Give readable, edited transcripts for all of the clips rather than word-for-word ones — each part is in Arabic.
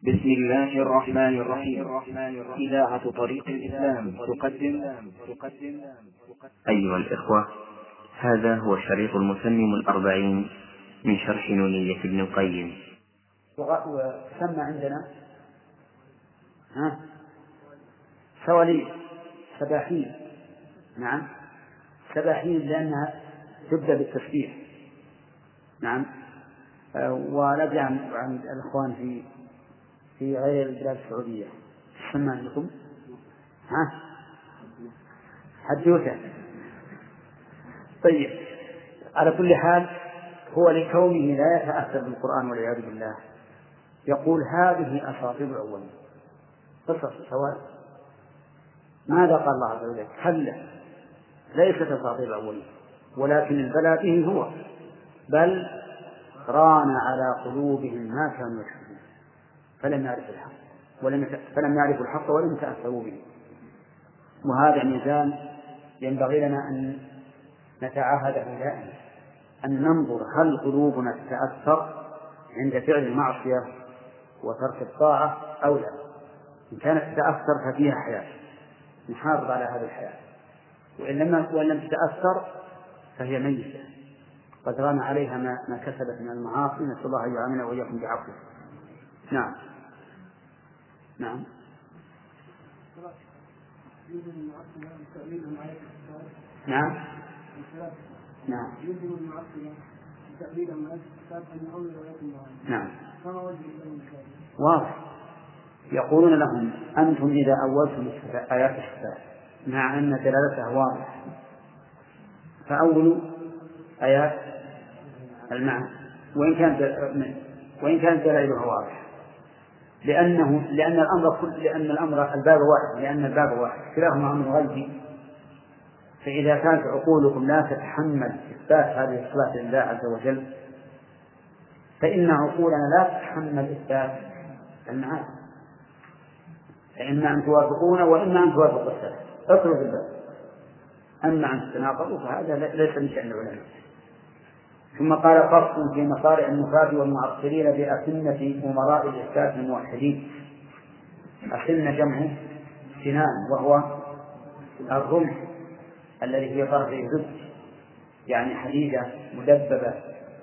بسم الله الرحمن الرحيم. إذاعة طريق الإسلام تقدم. أيها الإخوة، هذا هو الشريط المتمم 40 من شرح نونية ابن القيم. وسمى عندنا سواليف سباحين. نعم، سباحين لأنها تبدأ بالتسبيح. نعم. ونبي عن الإخوان في غير البلاد السعودية سمى عندكم حدوثة. طيب، على كل حال هو لكونه لا يتأثر بالقرآن والعياذ بالله يقول هذه أساطير الأولين، قصص سواء. ماذا قال الله عز وجل؟ كلا، ليست أساطير الأولين، ولكن البلاء به هو، بل ران على قلوبهم ما كانوا يكسبون فلم يعرفوا الحق ولم يتأثروا به. وهذا ميزان ينبغي لنا أن نتعاهده دائما، أن ننظر هل قلوبنا تتأثر عند فعل المعصية وترك الطاعة أو لا. إن كانت تتأثر ففيها حياة، نحافظ على هذه الحياة، وإن لم تتأثر فهي ميتة قد ران عليها ما كسبت من المعاصي. نسأل الله أن يعاملنا وإياكم بعفوه. نعم. نعم. نعم. نعم. نعم. واضح. يقولون لهم أنتم إذا أولتم آيات الصفات مع أن دلالتها واضحة فأولوا آيات المعنى وإن كانت دلالتها واضحة، لأن الباب واحد كلاهما أمر غيبي. فإذا كانت عقولكم لا تتحمل إثبات هذه الصفات لله عز وجل فإن عقولنا لا تتحمل إثبات المعاني، فإما أن توافقون وإما أن توافقوا السلف. اطلب الباب. أما أن تتناقضوا فهذا ليس من شأن العلماء. ثم قال فصل في مصارع النفاة والمعطلين بأسنة أمراء الإثبات الموحدين. أسنة جمع سنان، وهو الرمح الذي في طرفه زبد، يعني حديدة مدببة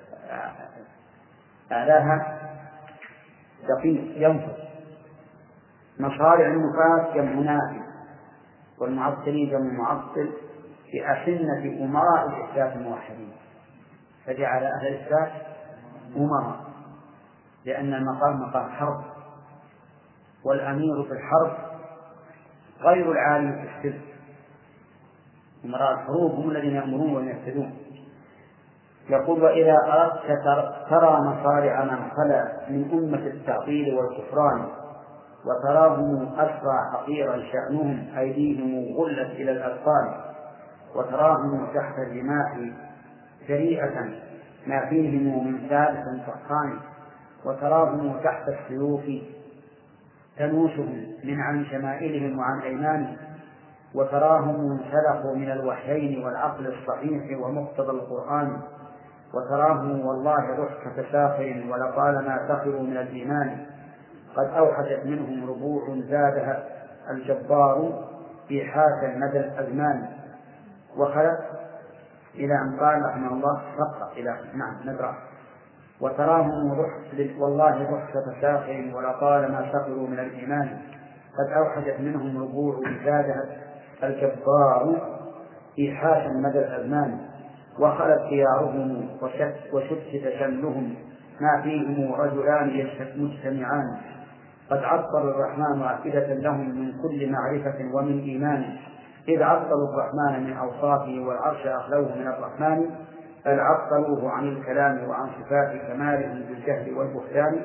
أعلاها دقيق ينفذ. مصارع النفاة جمع نافذ، والمعطلين جمع معطل، بأسنة أمراء الإثبات الموحدين، فجعل أهل الإثبات أمراء لأن المقام مقام حرب، والأمير في الحرب غير العالم في السر. أمراء الحروب هم الذين يأمرون وينفذون. يقول وإذا أردت ترى مصارع من خلا من أمة التعطيل والكفران، وتراهم أسرع حقيرا شأنهم، أيديهم غلت إلى الأذقان، وتراهم تحت الرماح جريئة ما فيهم من ثالث فرحان، وتراهم تحت السيوف تنوشهم من عن شمائلهم وعن أيمانهم، وتراهم انسلخوا من الوحيين والعقل الصحيح ومقتضى القرآن، وتراهم والله ضحكة ساخر ولطالما سخروا من الإيمان، قد أوحدت منهم ربوع زادها الجبار في حاكا مدى الأزمان. وخلت إلى أن قال رحمه الله فقط إلى نقرأ وتراهم والله ضحكة ساخر ولطالما سخروا من الإيمان، قد أوحدت منهم ربوع زادها الجبار في حاكا مدى الأزمان. وخلت خيارهم وشتت شملهم ما فيهم رجلان مجتمعان، قد عطل الرحمن أفئدة لهم من كل معرفة ومن إيمان، إذ عطلوا الرحمن من أوصافه والعرش أخلوه من الرحمن، بل عطلوه عن الكلام وعن صفات كماله بالجهل والبهتان.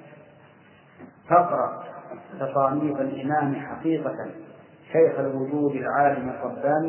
فاقرأ تصانيف الإمام حقيقة شيخ الوجود العالم الرباني،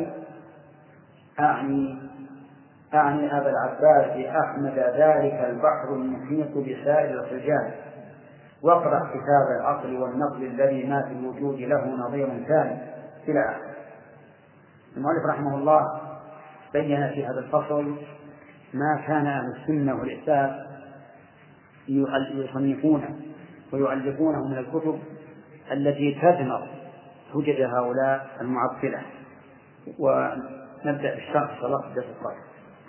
أعني أبا العباس أحمد ذلك البحر المحيط بسائر الرجال، واقرأ كتاب العقل والنقل الذي ما في الوجود له نظير ثاني إلى آخره. المؤلف رحمه الله بين في هذا الفصل ما كان أهل السنة والإحساس يصنفونه ويؤلفونه من الكتب التي تثمر حجج هؤلاء المعطلة. ونبدأ الشرح إن شاء الله في الدرس القادم.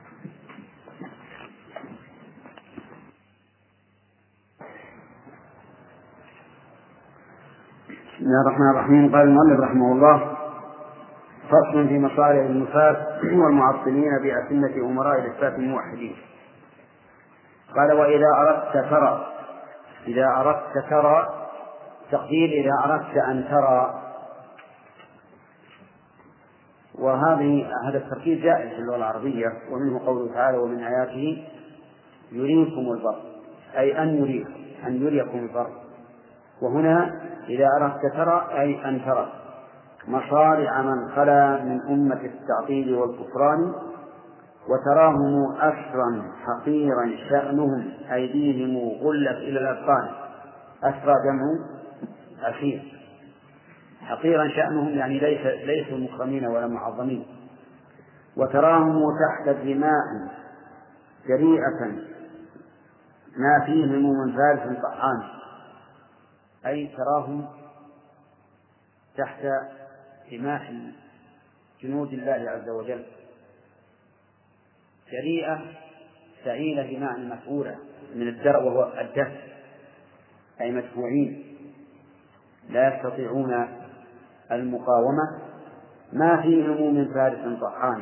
بسم الله الرحمن الرحيم. قال المؤلف رحمه الله: فصل في مصالح النفاة والمعطلين بأسنة أمراء الإثبات الموحدين. قال: وإذا أردت ترى. إذا أردت ترى تقدير إذا أردت أن ترى. هذا التركيب جائز في اللغة العربية، ومنه قوله تعالى: ومن آياته يريكم البر، أي أن يريكم البر. وهنا إذا أردت ترى أي أن ترى مصارع من خلا من أمة التعطيل والكفران، وتراهم أسرا حقيرا شأنهم، أيديهم غلت إلى الأذقان. أسرى جمع أخير. حقيرا شأنهم يعني ليسوا مكرمين ولا معظمين. وتراهم تحت دماء جريئة ما فيهم من فارس طعام، أي تراهم تحت دماء جنود الله عز وجل، جريئة سعيلة بمعنى مفعولة من الدرء وهو الدفع، أي مدفوعين لا يستطيعون المقاومة، ما فيهم من فارس طحان.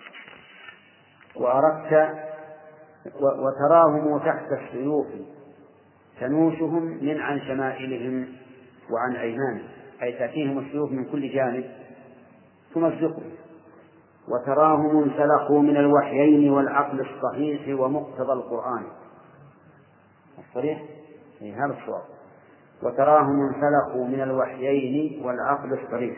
وتراهم تحت السيوف تنوشهم من عن شمائلهم وعن أيمانهم، أي تأتيهم السيوف من كل جانب تمزقهم. وتراهم انسلخوا من الوحيين والعقل الصحيح ومقتضى القرآن الصريح، هذا الصواب. وتراهم انسلخوا من الوحيين والعقل الصريح.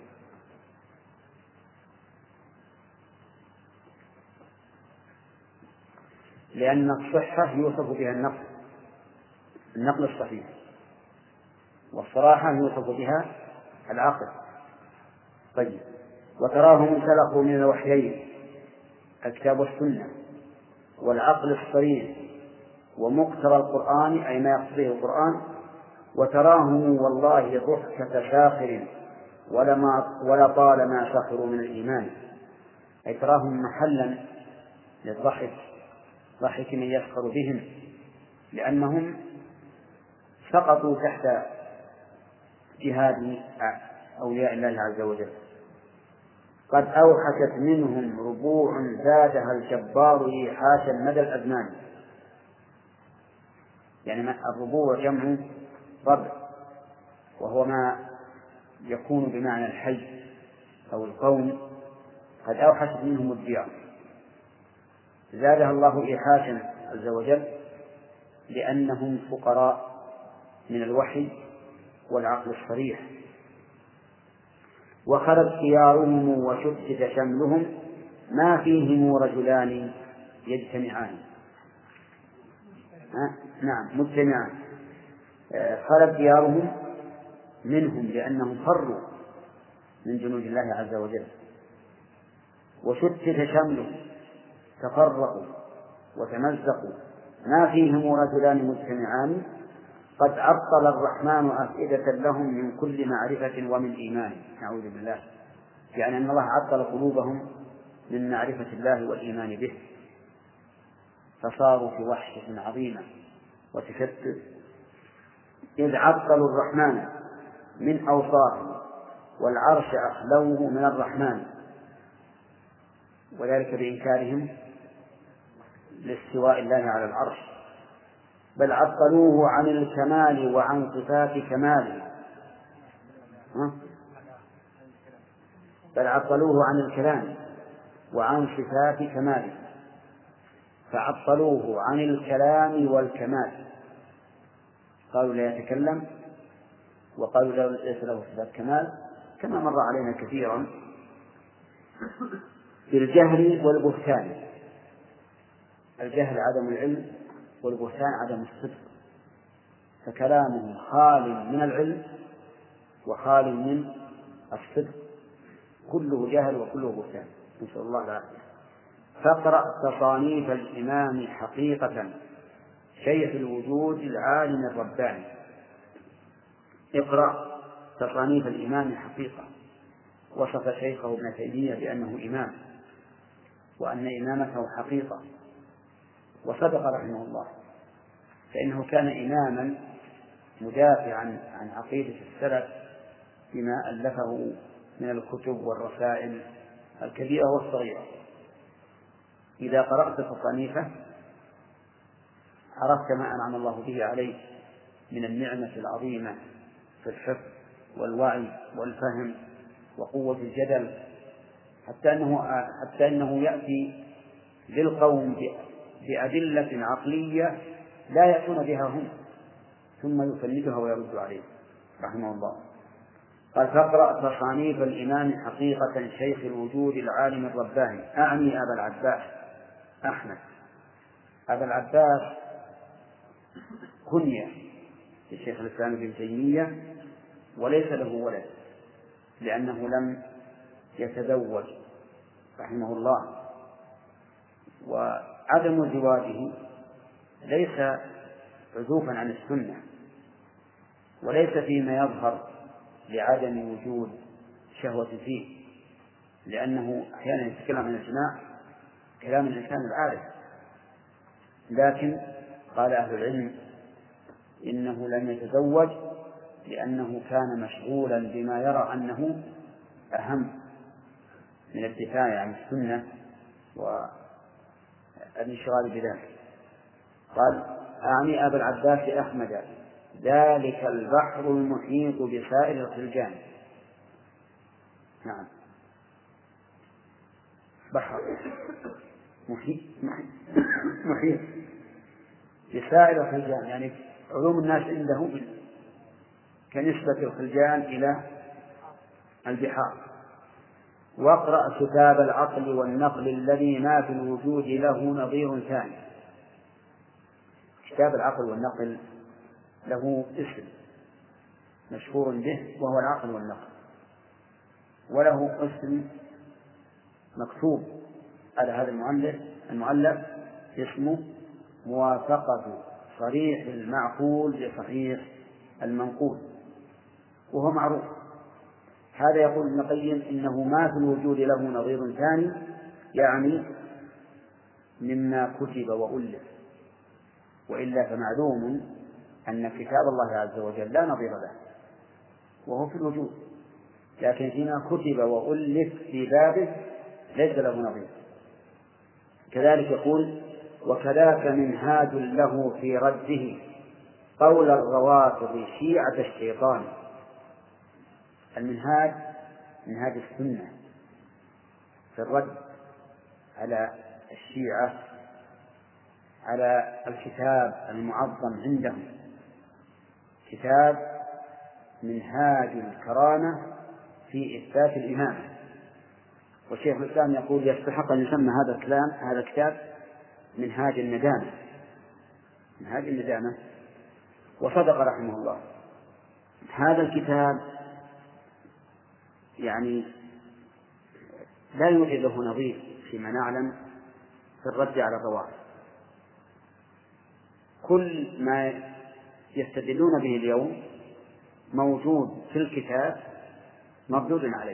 لأن الصحة يوصف بها النقل الصحيح، والصراحة يوصف بها العقل. طيب. وتراهم انسلخوا من الوحيين الكتاب والسنة والعقل الصريح ومقتضى القرآن، أي ما يقتضيه القرآن. وتراهم والله ضحكة ساخر ولطالما سخروا من الإيمان، أي تراهم محلا للضحك، ضحك من يسخر بهم، لأنهم سقطوا تحت جهاد أولياء الله عز وجل. قد أوحشت منهم ربوع زادها الجبار إيحاشا مدى الأزمان. يعني الربوع جمع ربع، وهو ما يكون بمعنى الحي أو القوم. قد أوحشت منهم الديار، زادها الله إيحاشا عز وجل لأنهم فقراء من الوحي والعقل الصريح. وخلت خيارهم وشتت شملهم، ما فيهم رجلان يجتمعان. نعم، مجتمعان. خلت خيارهم منهم لأنهم فروا من جنود الله عز وجل. وشتت شملهم، تفرقوا وتمزقوا، ما فيهم رجلان مجتمعان. قد عطل الرحمن أفئدة لهم من كل معرفة ومن إيمان. نعوذ بالله. يعني أن الله عطل قلوبهم من معرفة الله والإيمان به، فصاروا في وحشة عظيمة وتشتت. إذ عطلوا الرحمن من أوصافه، والعرش أخلوه من الرحمن، وذلك بإنكارهم لاستواء الله على العرش. بل عطلوه عن الكمال وعن صفات كماله. بل عطلوه عن الكلام وعن صفات كماله، فعطلوه عن الكلام والكمال. قالوا لا يتكلم، وقالوا ليس له صفات كمال، كما مر علينا كثيرا بالجهل والبهتان. الجهل عدم العلم، والبهتان عدم الصدق. فكلامهم خال من العلم وخال من الصدق، كله جهل وكله بهتان، نسأل الله العافية. فاقرأ تصانيف الإمام حقيقة، شيخ الوجود العالم الرباني. اقرأ تصانيف الإمام حقيقة. وصف شيخه ابن تيمية بأنه إمام، وأن إمامته حقيقة، وصدق رحمه الله، فإنه كان إماما مدافعا عن عقيدة السلف بما ألفه من الكتب والرسائل الكبيرة والصغيرة. إذا قرأت تصانيفه عرفت ما أنعم الله به عليه من النعمة العظيمة في الحفظ والوعي والفهم وقوة الجدل، حتى أنه يأتي للقوم بأدلة عقلية لا يأتون بها هم، ثم يفندها ويرد عليه رحمه الله. قال: فاقرأ تصانيف الإمام حقيقة شيخ الوجود العالم الرباني. أعني أبا العباس أحمد. أبا العباس كنية للشيخ الإسلام ابن تيمية، وليس له ولد لأنه لم يتزوج رحمه الله. وعدم زواجه ليس عزوفا عن السنة، وليس فيما يظهر لعدم وجود شهوة فيه، لأنه أحيانا يتكلم عن الجماع كلام الإنسان العارف. لكن قال أهل العلم إنه لم يتزوج لأنه كان مشغولا بما يرى أنه أهم من الدفاع عن السنة والانشغال بذلك. قال: أعني أبا العباس أحمد ذلك البحر المحيط بسائر الخلجان. نعم، بحر محيط بسائر الخلجان، يعني علوم الناس عنده كنسبة الخلجان إلى البحار. واقرأ كتاب العقل والنقل الذي ما في الوجود له نظير ثاني. كتاب العقل والنقل له اسم مشهور به وهو العقل والنقل، وله اسم مكتوب على هذا المؤلف اسمه موافقة صريح المعقول لصحيح المنقول، وهو معروف. هذا يقول ابن القيم إنه ما في الوجود له نظير ثاني، يعني مما كتب وألف، وإلا فمعلوم أن كتاب الله عز وجل لا نظير له وهو في الوجود، لكن فيما كتب وألف في بابه ليس له نظير. كذلك يقول: وكذاك منهاج له في رده قول الروافض شيعة الشيطان. المنهاج منهاج السنة في الرد على الشيعة على الكتاب المعظم عندهم، كتاب منهاج الكرامة في إثبات الإمامة. والشيخ الإسلام يقول: يستحق أن يسمى هذا الكتاب منهاج الندامة، منهاج الندامة. وصدق رحمه الله. هذا الكتاب يعني لا يوجد له نظير فيما نعلم في الرد على الروافض. كل ما يستدلون به اليوم موجود في الكتاب مردود عليه،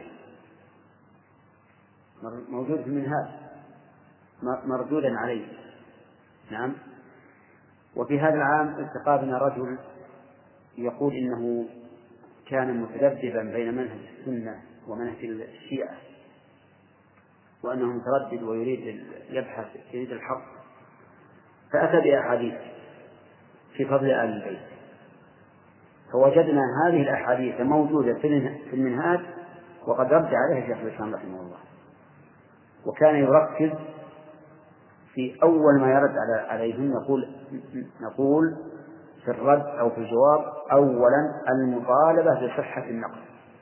موجود في المنهاج مردودا عليه. نعم. وفي هذا العام التقى بنا رجل يقول إنه كان متذبذبا بين منهج السنة ومنهج الشيعة، وأنه متردد ويريد يريد الحق، فأتى بأحاديث في فضل آل البيت، فوجدنا هذه الأحاديث موجودة في المنهاج وقد رد عليها شيخ الإسلام رحمه الله. وكان يركز في أول ما يرد عليهم نقول في الرد أو في الجواب: أولا المطالبة بصحة النقل،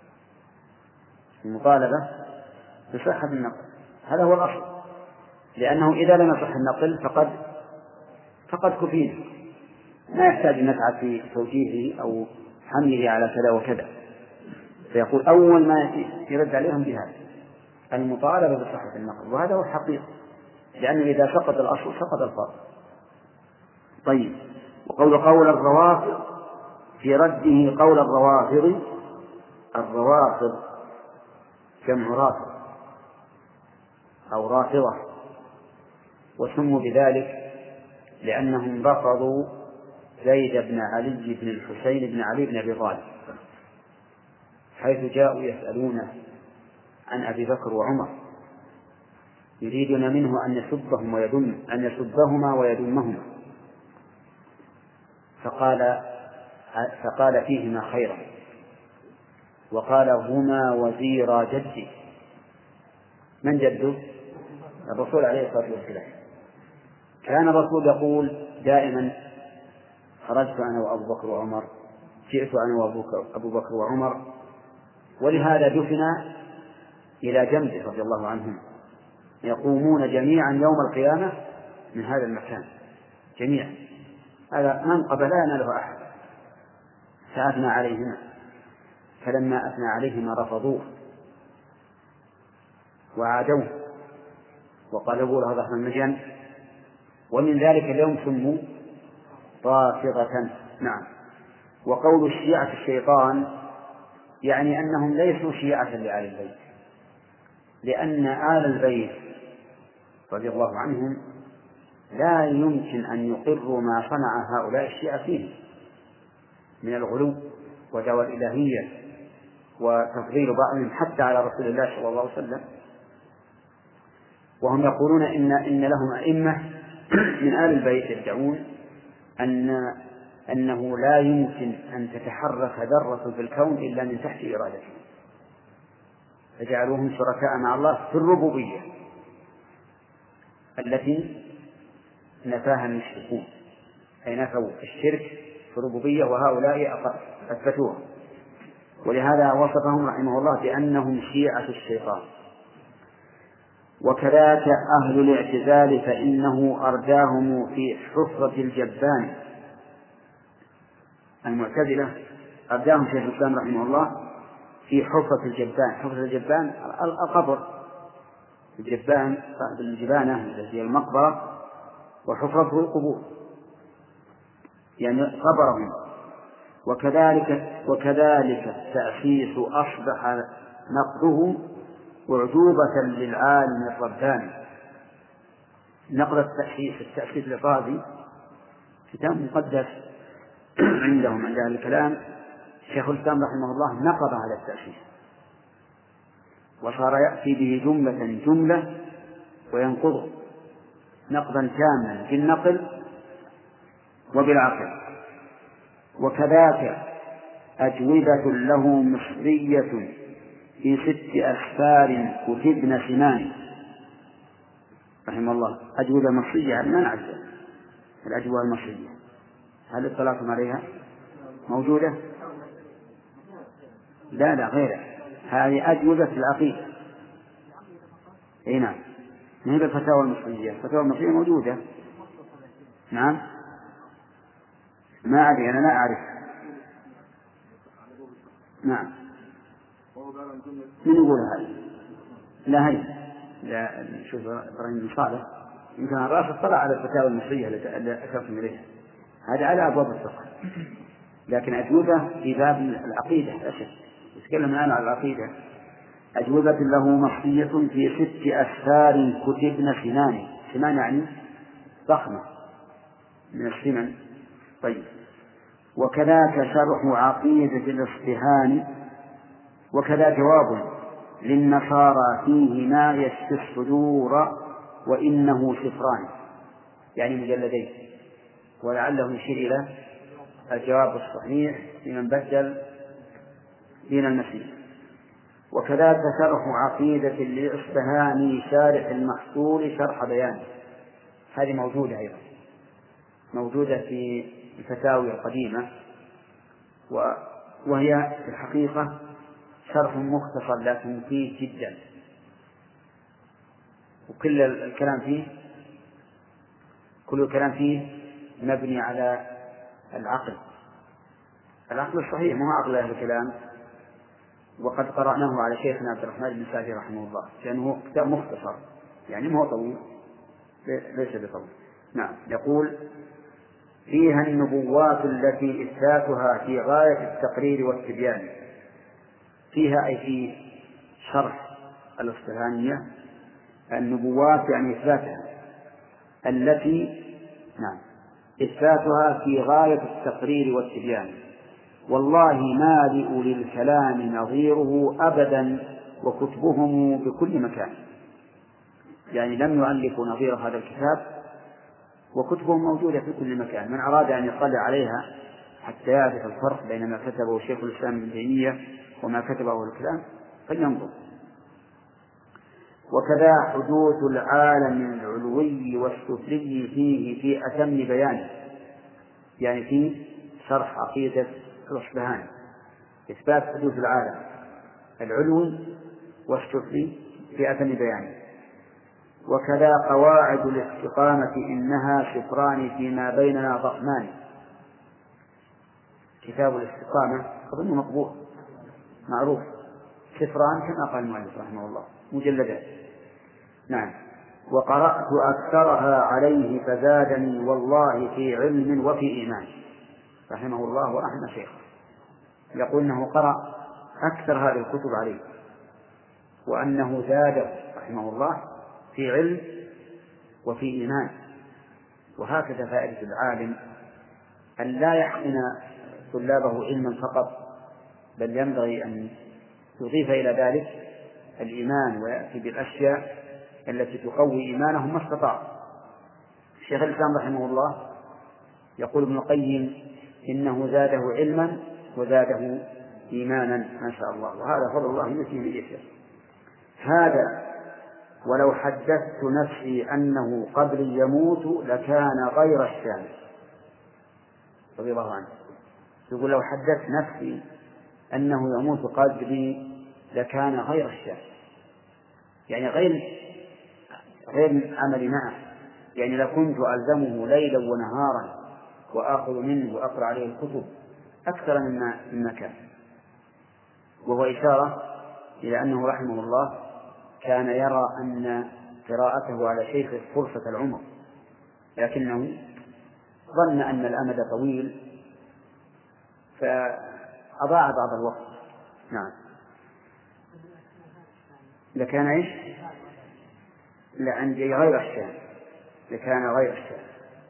المطالبة بصحة النقل، هذا هو الأصل، لأنه إذا لم يصح النقل فقد كفينا، ما يحتاج أن نتعب في توجيهه أو حمله على كذا وكذا. فيقول أول ما يرد عليهم بهذا المطالبة بصحة النقل، وهذا هو الحقيقة، لأنه إذا سقط الأصل سقط الفرع. طيب. وقول الروافض في رده قول الروافض. الروافض جمع رافض أو رافضة، وسموا بذلك لأنهم رفضوا زيد بن علي بن الحسين بن علي بن أبي طالب، حيث جاءوا يسألونه عن أبي بكر وعمر، يريدون منه أن يسبهما ويذمهما، فقال فيهما خيرا، وقال هما وزيرا جدي. من جده؟ الرسول عليه الصلاة والسلام. كان الرسول يقول دائما خرجت أنا وأبو بكر وعمر، جئت أنا وأبو بكر وعمر، ولهذا دفن إلى جنبه رضي الله عنهم، يقومون جميعا يوم القيامة من هذا المكان جميعا. هذا منقب لا يناله أحد. فأثنى عليهما، فلما أثنى عليهما رفضوه وعادوه وقلبوا له ظهر المجن، ومن ذلك اليوم سموا رافضة. نعم. وقول الشيعة الشيطان يعني أنهم ليسوا شيعة لآل البيت، لأن آل البيت رضي الله عنهم لا يمكن أن يقروا ما صنع هؤلاء الشيعة فيه من الغلو ودعوى الإلهية وتفضيل بعضهم حتى على رسول الله صلى الله عليه وسلم. وهم يقولون إن لهم أئمة من آل البيت يدعون أنه لا يمكن أن تتحرك ذرة في الكون إلا من تحت إرادته، فجعلوهم شركاء مع الله في الربوبية التي نفاها المشركون، أي نفوا الشرك في الربوبية، وهؤلاء أثبتوها. ولهذا وصفهم رحمه الله بأنهم شيعة الشيطان. وكذاك أهل الاعتزال فإنه أرداهم في حفرة الجبان. المعتزلة أرداهم شيخ الإسلام رحمه الله في حفرة الجبان. حفرة الجبان القبر، الجبان بالجبانة التي هي المقبرة، وحفرته القبور يعني قبرهم. وكذلك التأسيس أصبح نقضه أعجوبة للعالم الرباني. نقض التأسيس للرازي كتاب مقدس عندهم عند أهل الكلام، شيخ الإسلام رحمه الله نقض هذا التأسيس وصار يأتي به جملة وينقضه نقضا تاما بالنقل وبالعقل. وكذاك أجوبة له مصرية في 6 أسفار كتبن سنان رحمه الله. أجوبة مصرية ما نعرف الأجوبة المصرية، هل اطلعتم عليها؟ موجودة؟ لا غيرها، هذه أجوبة العقيدة. أي نعم، ما هي الفتاوى المصرية. الفتاوى المصرية موجودة. نعم، ما أدري، أنا لا أعرف. نعم، من يقول هذا؟ لا هي لا، شوف إبراهيم بن صالح يمكن الرأس اطلع على الفتاوى المصرية التي أشرتم إليها، هذا على أبواب الفقه، لكن أجوبة في باب العقيدة أشد. يتكلم الآن عن العقيدة. أجوبة له مصرية في 6 أسفار كتبن سنان. سنان يعني ضخمة من السنن. طيب. وكذاك شرح عقيدة الإصفهاني. وكذا جواب للنصارى فيه ما يشفي الصدور وإنه شفران، يعني مجلدين، ولعله يشير إلى الجواب الصحيح لمن بدل دين المسيح. وكذلك شرح عقيدة للإصفهاني شارح المحصول شرح بيان. هذه موجودة أيضا، موجودة في الفتاوي القديمة، وهي في الحقيقة شرح مختصر لكن فيه جدا، وكل الكلام فيه مبني على العقل الصحيح، مو عقل أهل الكلام. وقد قرأناه على شيخنا عبد الرحمن بن سعدي رحمه الله، لأنه كتاب مختصر يعني مو طويل، ليس بطويل. نعم. يقول فيها النبوات التي إثباتها في غاية التقرير والتبيان. فيها أي في شرح الأصفهانية النبوات يعني إثباتها التي إثباتها في غاية التقرير والتبيان. والله ما لأولي الكلام نظيره أبدا وكتبهم بكل مكان. يعني لم يؤلفوا نظير هذا الكتاب وكتبهم موجودة في كل مكان. من أراد أن يطلع عليها حتى يعرف الفرق بين ما كتبه شيخ الإسلام ابن تيمية وما كتبه الكلام فلينظر. وكذا حدوث العالم العلوي والسفلي فيه في أتم بيانه، يعني في شرح عقيدة الأصفهاني إثبات حدوث العالم العلوي والسفلي في أتم بيانه. وكذا قواعد الاستقامة إنها شفران فيما بيننا ضخمان. كتاب الاستقامة أظن مطبوع معروف، شفران كما قال المؤلف رحمه الله مجلدات. نعم. وقرأت أكثرها عليه فزادني والله في علم وفي إيمان. رحمه الله ورحمه شيخه، يقول أنه قرأ أكثر هذه الكتب عليه وأنه زاده رحمه الله في علم وفي إيمان. وهكذا فائدة العالم أن لا يحقن طلابه علما فقط، بل ينبغي أن يضيف إلى ذلك الإيمان ويأتي بالأشياء التي تقوي إيمانهم ما استطاع. الشيخ الإسلام رحمه الله يقول ابن القيم إنه زاده علما وزاده إيمانا ما شاء الله، وهذا فضل الله يؤتيه من يشاء. هذا ولو حدثت نفسي أنه قبل يموت لكان غير الشام. رضي الله عنه يقول لو حدثت نفسي أنه يموت قبلي لكان غير الشام، يعني غير عمل معه، يعني لكنت ألزمه ليلا ونهارا وآخذ منه وأقرأ عليه الكتب أكثر مما كان. وهو إشارة إلى أنه رحمه الله كان يرى أن قراءته على شيخه فرصة العمر، لكنه ظن أن الأمد طويل فأضاع بعض الوقت. نعم. لكان إيش؟ لعندي غير الشام، لكان غير الشام.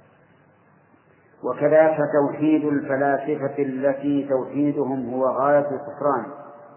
وكذاك توحيد الفلاسفة التي توحيدهم هو غاية الكفران.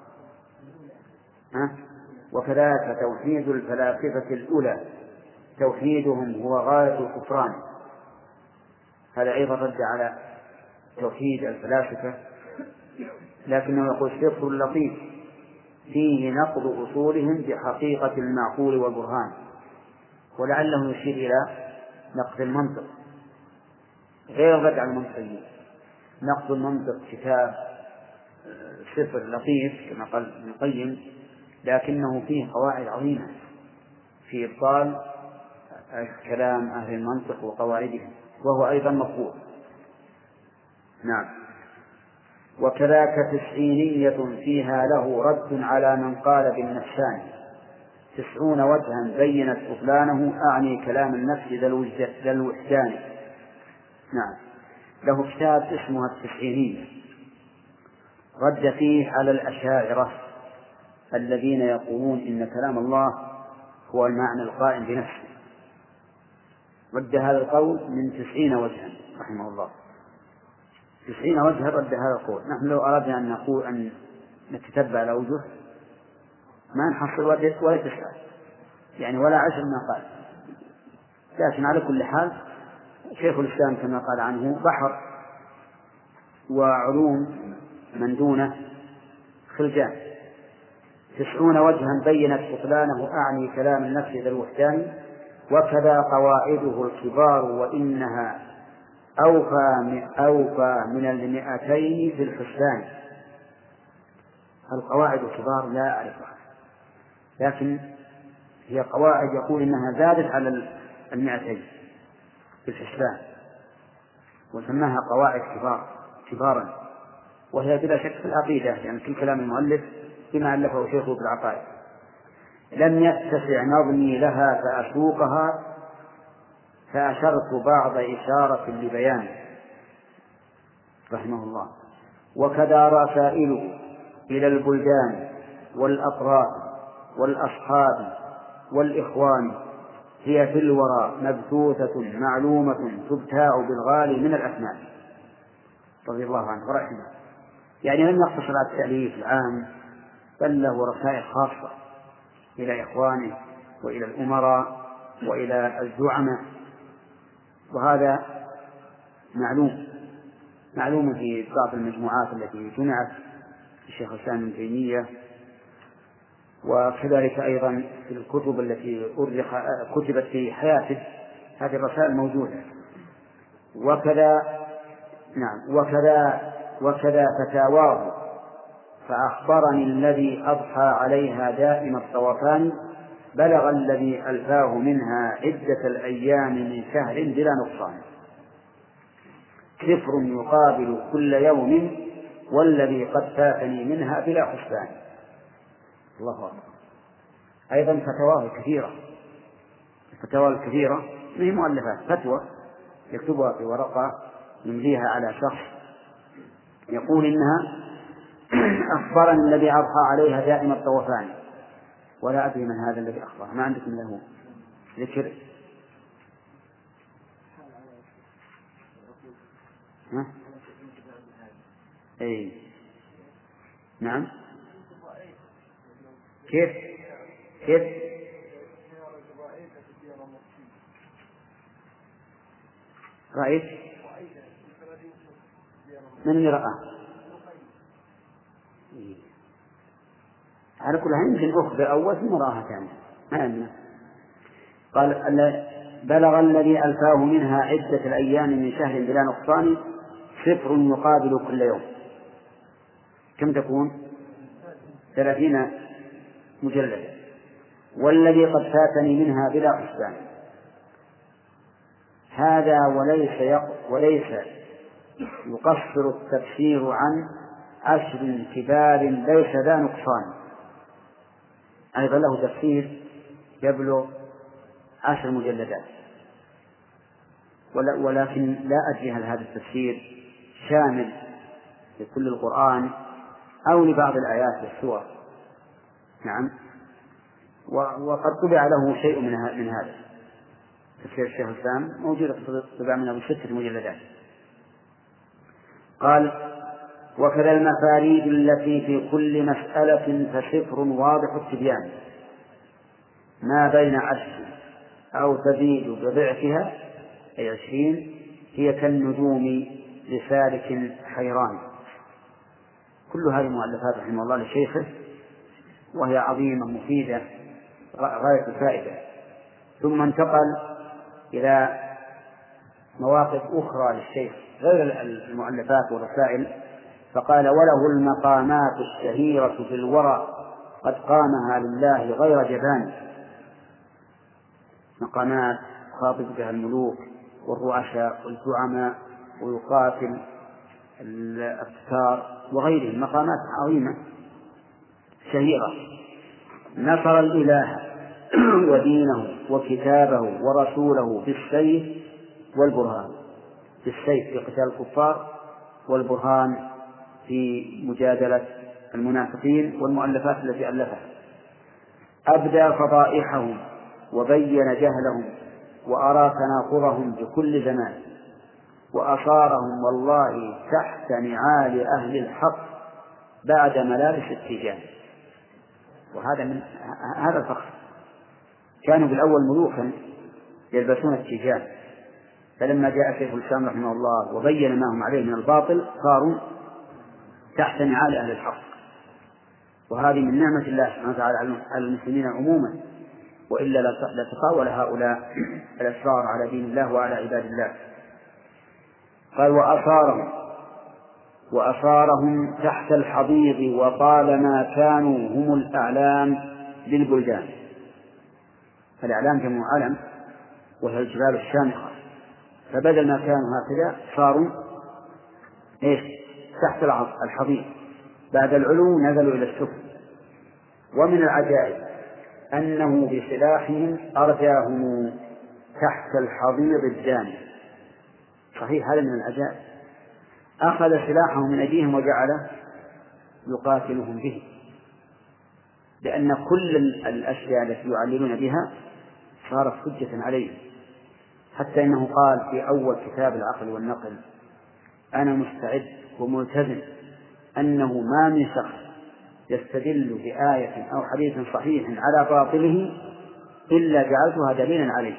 وكذاك توحيد الفلاسفة الأولى توحيدهم هو غاية الكفران. هذا أيضا رد على توحيد الفلاسفة، لكنه يقول شرط لطيف فيه نقض أصولهم بحقيقة المعقول والبرهان، ولعله يشير إلى نقض المنطق غير الرد على المنطقيين. نقض المنطق كتاب صفر لطيف كما قال ابن القيم، لكنه فيه قواعد عظيمة في إبطال كلام أهل المنطق وقواعدهم، وهو أيضا مطبوع. نعم. وكذاك تسعينية فيها له رد على من قال بالنفسان 90 وجها بينت بطلانه، أعني كلام النفس ذا الوحدان. نعم. له كتاب اسمه التسعينية، رد فيه على الأشاعرة الذين يقولون إن كلام الله هو المعنى القائم بنفسه. رد هذا القول من 90 وجها رحمه الله، 90 وجها رد هذا القول. نحن لو أردنا أن نقول أن نتتبع الأوجه ما نحصل ولا 9 يعني ولا 10 ما قال. لكن على كل حال شيخ الإسلام كما قال عنه بحر وعلوم من دونه خلجان. 90 وجها بينت بطلانه، أعني كلام النفس ذا الوحدان. وكذا قواعده الكبار وإنها أوفى من 200 في الحسبان. القواعد الكبار لا أعرفها، لكن هي قواعد يقول إنها زادت على 200 في الحسبان، وسماها قواعد كبارا، وهي بلا شك في العقيدة، يعني في كلام المؤلف بما ألفه شيخه في العقائد. لم يتسع نظمي لها فأسوقها، فأشرت بعض إشارة لبيان. رحمه الله. وكذا رسائل إلى البلدان والأطراف والأصحاب والإخوان هي في الورى مبثوثة معلومة تبتاع بالغالي من الأثمان، رضي الله عنه ورحمه. يعني لم يقتصر على التأليف العام، بل له رسائل خاصة إلى إخوانه وإلى الأمراء وإلى الزعماء، وهذا معلوم في بعض المجموعات التي جمعت في الشيخ الإسلام ابن تيمية، وكذلك أيضا في الكتب التي كتبت في حياته. هذه الرسائل موجودة. وكذا فتاواه فأخبرني الذي أضحى عليها دائم الطوفان بلغ الذي ألفاه منها عدة الأيام من شهر بلا نقصان، كفر يقابل كل يوم والذي قد فاتني منها بلا حسبان. الله أكبر. أيضا فتواه الكثيرة من مؤلفات، فتوى يكتبها في ورقة يمليها على شخص يقول إنها أخبرني الذي أضحى عليها دائم الطوفان، ولا أدري من هذا الذي أخبر. ما عندكم له ذكر؟ ها؟ أي نعم. كيف رأيت من رأى؟ على كل حال يمكن أخبر أول ثم رآها ثانية، ما عندنا. قال بلغ الذي ألفاه منها عدة الأيام من شهر بلا نقصان، صفر يقابل كل يوم. كم تكون؟ 30 مجلدا. والذي قد فاتني منها بلا حسبان. هذا وليس يقصر التفسير عن 10 كبار ليس ذا نقصان. أيضا له تفسير يبلغ 10 مجلدات، ولكن لا أدري هل هذا التفسير شامل لكل القرآن أو لبعض الآيات والسور. نعم. وقد طبع له شيء من هذا. تفسير الشيخ الإسلام موجود طبع منه ب6 مجلدات. قال وكذا المفاريد التي في كل مسألة فصفر واضح التبيان، ما بين 10 أو تزيد بضعفها أي 20 هي كالنجوم لسالك حيران. كل هذه المؤلفات رحمه الله لشيخه، وهي عظيمة مفيدة غاية الفائدة. ثم انتقل إلى مواقف أخرى للشيخ غير المؤلفات والرسائل، فقال وله المقامات الشهيرة في الورى قد قامها لله غير جبان. مقامات خاطب بها الملوك والرؤساء والزعماء ويقاتل الأفكار وغيرهم، مقامات عظيمة شهيرة. نصر الإله ودينه وكتابه ورسوله بالسيف والبرهان، بالسيف في قتال الكفار، والبرهان في مجادلة المنافقين والمؤلفات التي ألفها. أبدى فضائحهم وبين جهلهم وأرى تناقضهم بكل زمان، وأصارهم والله تحت نعال أهل الحق بعد ملابس التيجان. وهذا من هذا الفخر. كانوا بالأول ملوكا يلبسون التيجان، فلما جاء شيخ الإسلام رحمه الله وبين ما هم عليه من الباطل صاروا تحت نعال أهل الحق. وهذه من نعمة الله سبحانه وتعالى على المسلمين عموما، وإلا لتطاول هؤلاء الأسرار على دين الله وعلى عباد الله. قال وأصارهم تحت الحضيض وطالما كانوا هم الأعلام للبلدان. الأعلام جمع علم وهي الجبال الشامخة، فبدل ما كانوا هكذا صاروا تحت الحضيض، بعد العلو نزلوا إلى السفل. ومن العجائب أنه بسلاحهم أرجاهم تحت الحضيض الدامي. صحيح هذا من العجائب أخذ سلاحه من أيديهم وجعل يقاتلهم به، لأن كل الأشياء التي يعللون بها صارت حجة عليه، حتى إنه قال في أول كتاب العقل والنقل: أنا مستعد وملتزم أنه ما من شخص يستدل بآية أو حديث صحيح على باطله إلا جعلتها دليلا عليه.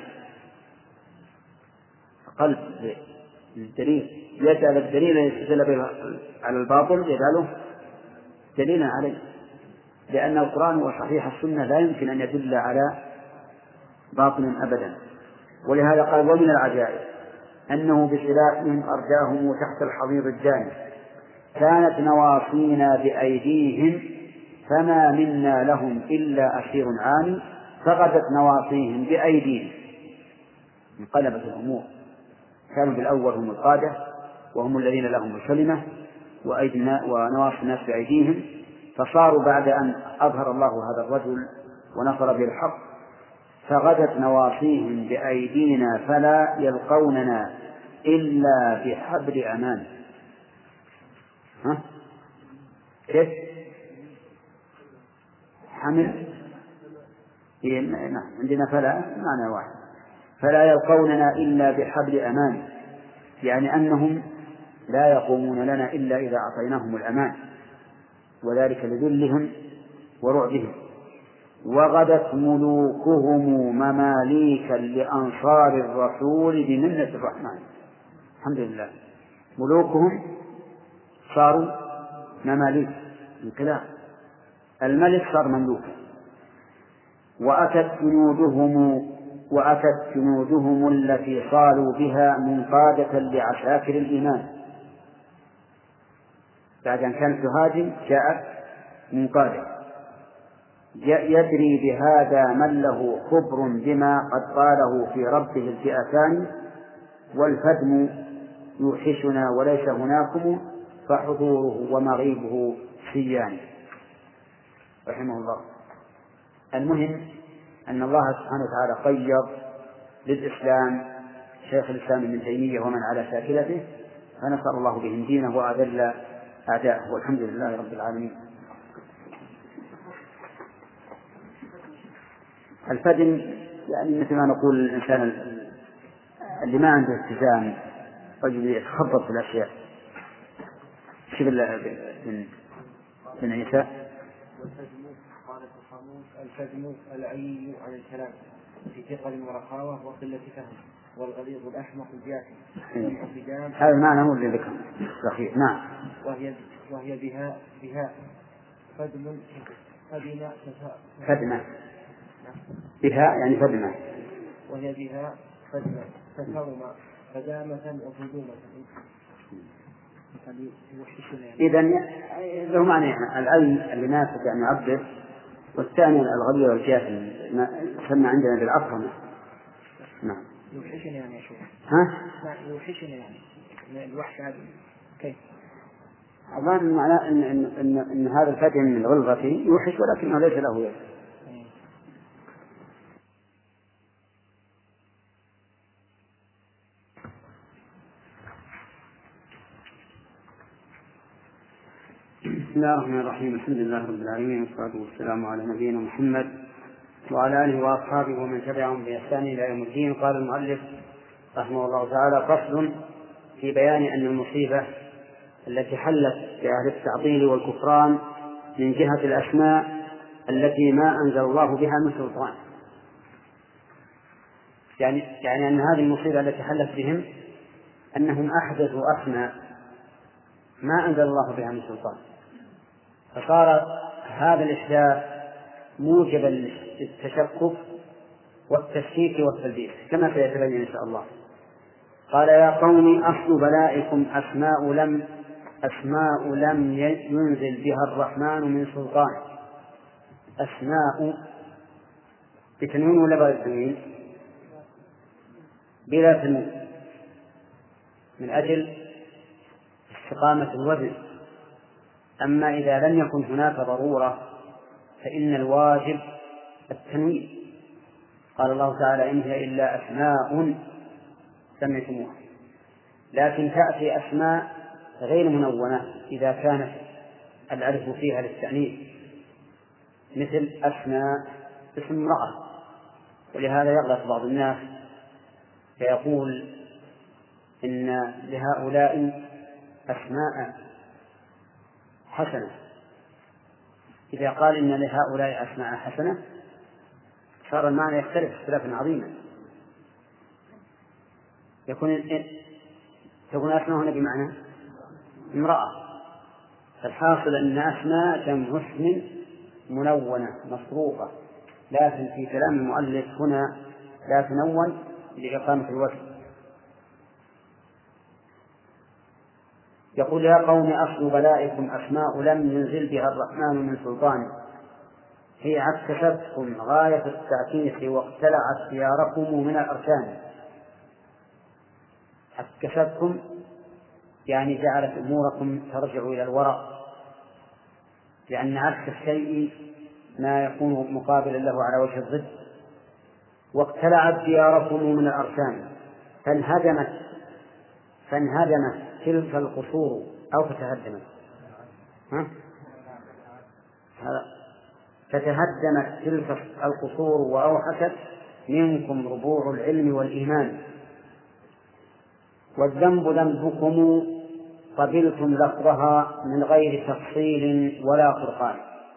قلب الدليل يجعل الدليل يستدل به على الباطل يجعله دليلا عليه، لأن القرآن وصحيح السنة لا يمكن أن يدل على باطل أبدا. ولهذا قال: ومن العجائب أنه بسلاحهم أرجاهم تحت الحضيض الجانب، كانت نواصينا بأيديهم فما منا لهم إلا أسير عاني، فغدت نواصيهم بأيديهم. انقلبت الأمور، كانوا بالأول هم القادة وهم الذين لهم الكلمة ونواصي الناس بأيديهم، فصاروا بعد أن أظهر الله هذا الرجل ونصر به الحق فغدت نواصيهم بأيدينا فلا يلقوننا إلا بحبل أمان. كيف؟ حمل عندنا فلا معنى واحد، فلا يلقوننا إلا بحبل أمان، يعني أنهم لا يقومون لنا إلا إذا أعطيناهم الأمان، وذلك لذلهم ورعبهم. وغدت ملوكهم مماليكا لأنصار الرسول بمنة الرحمن. الحمد لله، ملوكهم صاروا مماليك، انقلاب، الملك صار مملوكا. وأتت جنودهم التي صالوا بها منقادة لعساكر الإيمان، بعد أن كانت تهاجم جاءت منقادة. يدري بهذا من له خبر بما قد قاله في ربه الفئتان، والفدم يوحشنا وليس هناكم، فحضوره ومغيبه سيان. رحمه الله. المهم أن الله سبحانه وتعالى قيض للإسلام شيخ الإسلام ابن تيمية ومن على شاكلته، فنصر الله بهم دينه وأذل أعداءه، والحمد لله رب العالمين. الفدن يعني مثل ما نقول الإنسان اللي ما عنده التزام، رجل يتخبط في الأشياء. شوف بن عيسى: الفدم العي عن الكلام في ثقل ورخاوة وقلة فهم، والغليظ الأحمق الجافي. هذا المعنى هو اللي ذكره الأخير. نعم. وهي بها فدم فدمة بها يعني فدمة، وهي بها فدمة تفرم فدامة وفدومة. إذن له معنى العين اللي ما يستطيع أن يعبر، والثاني الغليظ والجافي سمى عندنا بالعفرمة. نعم. يوحشني يعني يا شيخ. يوحشني يعني الوحش هذا كيف؟ أظن معناه إن هذا الفدم من الغلظة يوحش ولكنه ليس له يد. بسم الله الرحمن الرحيم. الحمد لله رب العالمين، والصلاة والسلام على نبينا محمد وعلى آله وأصحابه ومن تبعهم بإحسان إلى يوم الدين. قال المؤلف رحمه الله تعالى: فصل في بيان أن المصيبة التي حلت بأهل التعطيل والكفران من جهة الأسماء التي ما أنزل الله بها من سلطان. يعني أن هذه المصيبة التي حلت بهم أنهم أحدثوا أسماء ما أنزل الله بها من سلطان، فصار هذا الإحداث موجبا للتشكك والتشكيك والتلبيس كما سيتبين إن شاء الله. قال: يا قوم أصل بلائكم أسماء لم ينزل بها الرحمن من سلطان. أسماء بتنوين ولا بغير تنوين؟ بلا تنوين، من أجل استقامة الوزن. أما إذا لم يكن هناك ضرورة فإن الواجب التنوين. قال الله تعالى: إن هي إلا أسماء سميتموها. لكن تأتي أسماء غير منونة إذا كانت الألف فيها للتأنيث، مثل أسماء اسم امرأة. ولهذا يغلط بعض الناس فيقول إن لهؤلاء أسماء حسنة. إذا قال إن لهؤلاء أسماء حسنة صار المعنى يختلف اختلافا عظيما، تكون أسماء هنا بمعنى امرأة. فالحاصل أن أسماء جمع اسم منونة مصروفة، لكن في كلام المؤلف هنا لا تنون لإقامة الوزن. يقول: يا قوم أصل بلائكم أسماء لم ينزل بها الرحمن من سلطان، هي اكتسبتكم غاية التعكيس واقتلعت دياركم من الأركان. اكتسبتكم يعني جعلت أموركم ترجع إلى الوراء، لأن عكس الشيء ما يكون مقابلا له على وجه الضد. واقتلعت دياركم من الأركان، فانهدمت تلك القصور أو فتهدمت، فتهدمت تلك القصور وأوحشت منكم ربوع العلم والإيمان. والذنب ذنبكم قبلتم لفظها من غير تفصيل ولا فرقان،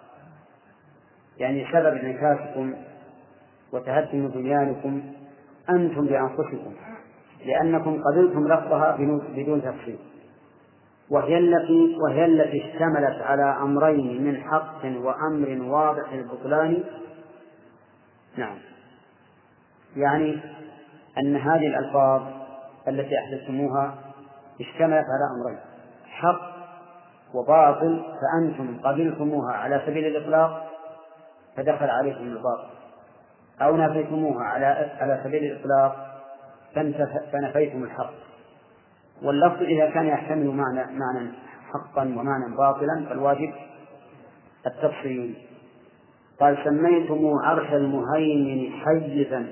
يعني سبب انعكاسكم وتهدم بنيانكم أنتم بأنفسكم، لأنكم قبلتم لفظها بدون تفصيل، وهي التي اشتملت على أمرين من حق وأمر واضح البطلان. نعم، يعني أن هذه الألفاظ التي أحدثتموها اشتملت على أمرين: حق وباطل، فأنتم قبلتموها على سبيل الإطلاق فدخل عليكم الباطل، أو نفيتموها على سبيل الإطلاق فنفيتم الحق. واللفظ إذا كان يحتمل معنى حقا ومعنى باطلا فالواجب التفصيل. قال: سميتم عرش المهيمن حيزا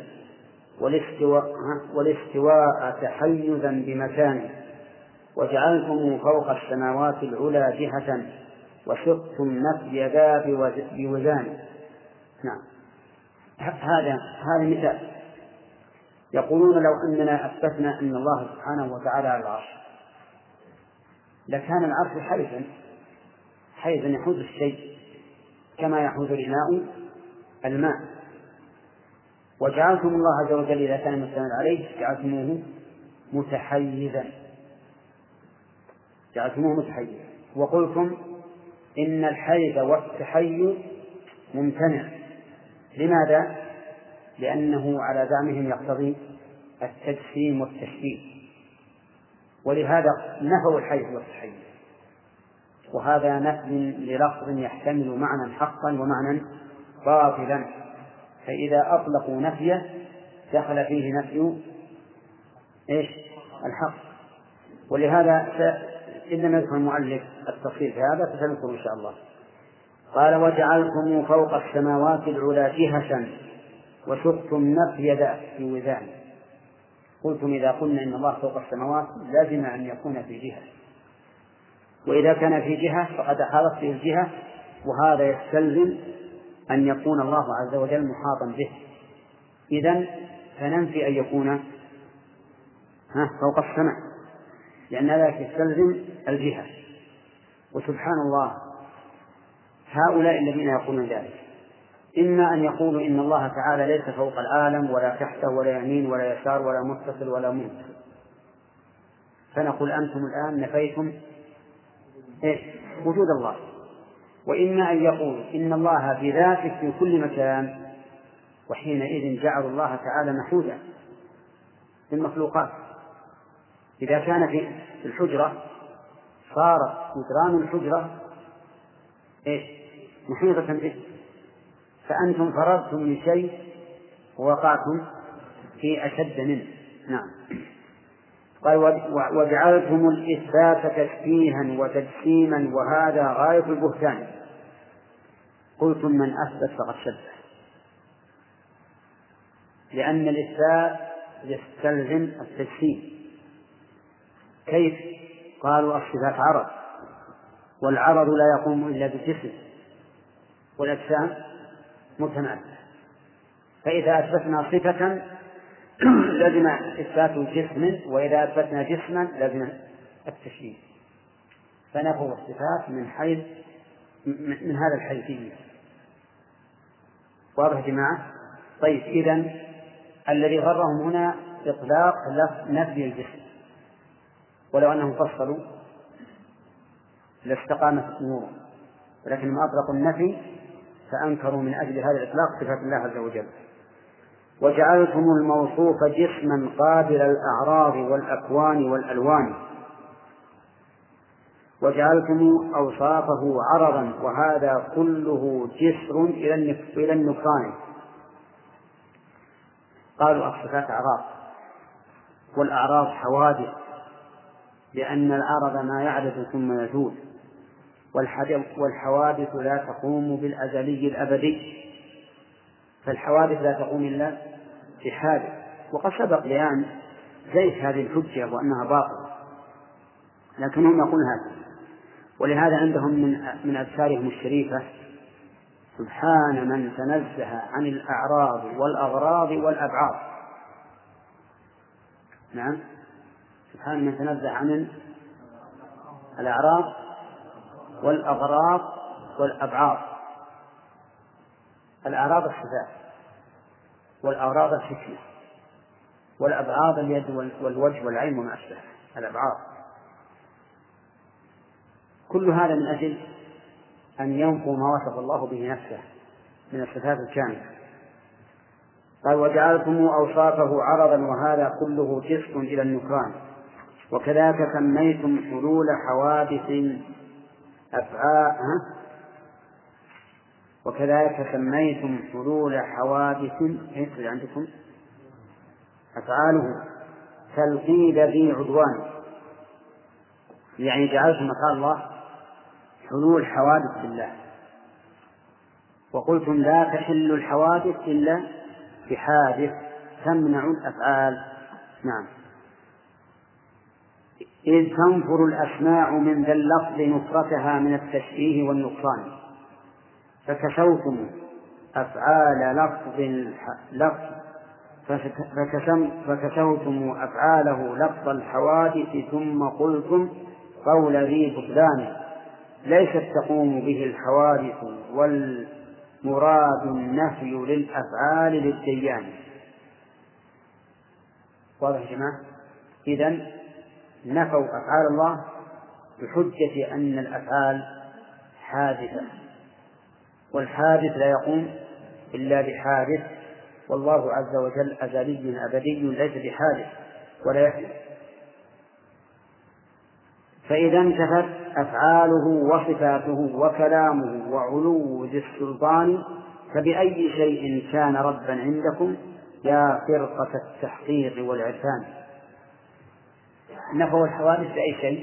والاستواء تحيزا بمكانه، وجعلتم فوق السماوات العلى جهة وشقتم نفي ذا بوزان. نعم، هذا مثال. يقولون: لو أننا أثبتنا أن الله سبحانه وتعالى على العرش لكان العرش حيزا يحوز الشيء كما يحوز الإناء الماء، وجعلتم الله عز وجل إذا كان مستند عليه جعلتموه متحيزا، وقلتم إن الحيز والتحيز ممتنع. لماذا؟ لأنه على زعمهم يقتضي التجسيم والتشبيه، ولهذا نفوا الحيز والتحيز، وهذا نفي للفظ يحتمل معنى حقا ومعنى باطلا، فإذا أطلقوا نفيه دخل فيه نفي الحق. ولهذا إن لم يذكر المؤلف التفصيل في هذا فسنذكر إن شاء الله. قال: وجعلتم فوق السماوات العلى جهة وشقتم نفي ذا في وزان. قلتم إذا قلنا إن الله فوق السماوات لازم أن يكون في جهة، وإذا كان في جهة فقد أحاطت به الجهة، وهذا يستلزم أن يكون الله عز وجل محاطا به. إذن فننفي أن يكون فوق السماء، لأن ذلك يستلزم الجهة. وسبحان الله، هؤلاء الذين يقولون ذلك إما أن يقولوا إن الله تعالى ليس فوق العالم ولا تحته ولا يمين ولا يسار ولا متصل ولا منفصل، فنقول أنتم الآن نفيتم وجود الله. وإما أن يقولوا إن الله بذاته في كل مكان، وحينئذ جعلوا الله تعالى محوزا في المخلوقات. إذا كان في الحجرة صار جدران الحجرة محيطة به، فأنتم فررتم من شيء ووقعتم في أشد منه. نعم. قال: وجعلتم الإثبات تشبيها وتجسيما، وهذا غاية البهتان. قلتم من أثبت فقد شبه، لأن الإثبات يستلزم التجسيم. كيف؟ قالوا الصفات عرض، والعرض لا يقوم إلا بالجسم، والأجسام متماثلة، فإذا أثبتنا صفة لازم إثبات جسم، وإذا أثبتنا جسما لازم التشبيه، فنفوا الصفات من هذا الحيثية. واضح يا جماعة؟ طيب، إذن الذي غرهم هنا إطلاق لفظ نفي الجسم، ولو أنهم فصلوا لاستقامت أمورهم، ولكنهم أطلقوا النفي فأنكروا من أجل هذا الإطلاق صفات الله عز وجل. وجعلتم الموصوف جسما قابل الأعراض والأكوان والألوان، وجعلتم أوصافه عرضا، وهذا كله جسر إلى النكران. قالوا الصفات أعراض، والأعراض حوادث، لأن العرض ما يعرض ثم يزول، والحوادث لا تقوم بالأزلي الأبدي، فالحوادث لا تقوم إلا بحادث. وقد سبق بيان زيت هذه الحجة وأنها باطلة، لكنهم يقولون هذا. ولهذا عندهم من أذكارهم الشريفة: سبحان من تنزه عن الأعراض والأغراض والأبعاض. نعم، سبحان من تنزه عن الأعراض والأغراض والأبعاض. الأعراض الصفات، والأغراض الحكمة، والأبعاض اليد والوجه والعين وما أشبه الأبعاض. كل هذا من أجل أن ينفوا ما وصف الله به نفسه من الصفات الكاملة. قال: وجعلتم أوصافه عرضا، وهذا كله جسر إلى النكران. وكذلك سميتم حلول حوادث عندكم أفعاله تلقيب ذي عدوان، يعني جعلتم مقال الله حلول حوادث بالله، وقلتم لا تحل الحوادث إلا بحادث تمنع الأفعال. نعم، إذ تنفر الأسماع من ذا اللفظ نفرتها من التشبيه والنقصان، فكسوتم أفعال فكسوتم أفعاله لفظ الحوادث، ثم قلتم قول ذي بطلان ليست تقوم به الحوادث، والمراد النفي للأفعال للديان. واضح يا جماعة؟ إذن نفوا أفعال الله بحجة أن الأفعال حادثة، والحادث لا يقوم إلا بحادث، والله عز وجل أزلي أبدي ليس بحادث ولا يحدث. فإذا انتفت أفعاله وصفاته وكلامه وعلو ذي السلطان، فبأي شيء كان ربا عندكم يا فرقة التحقيق والعرفان؟ نفوا الحوادث بأي شيء؟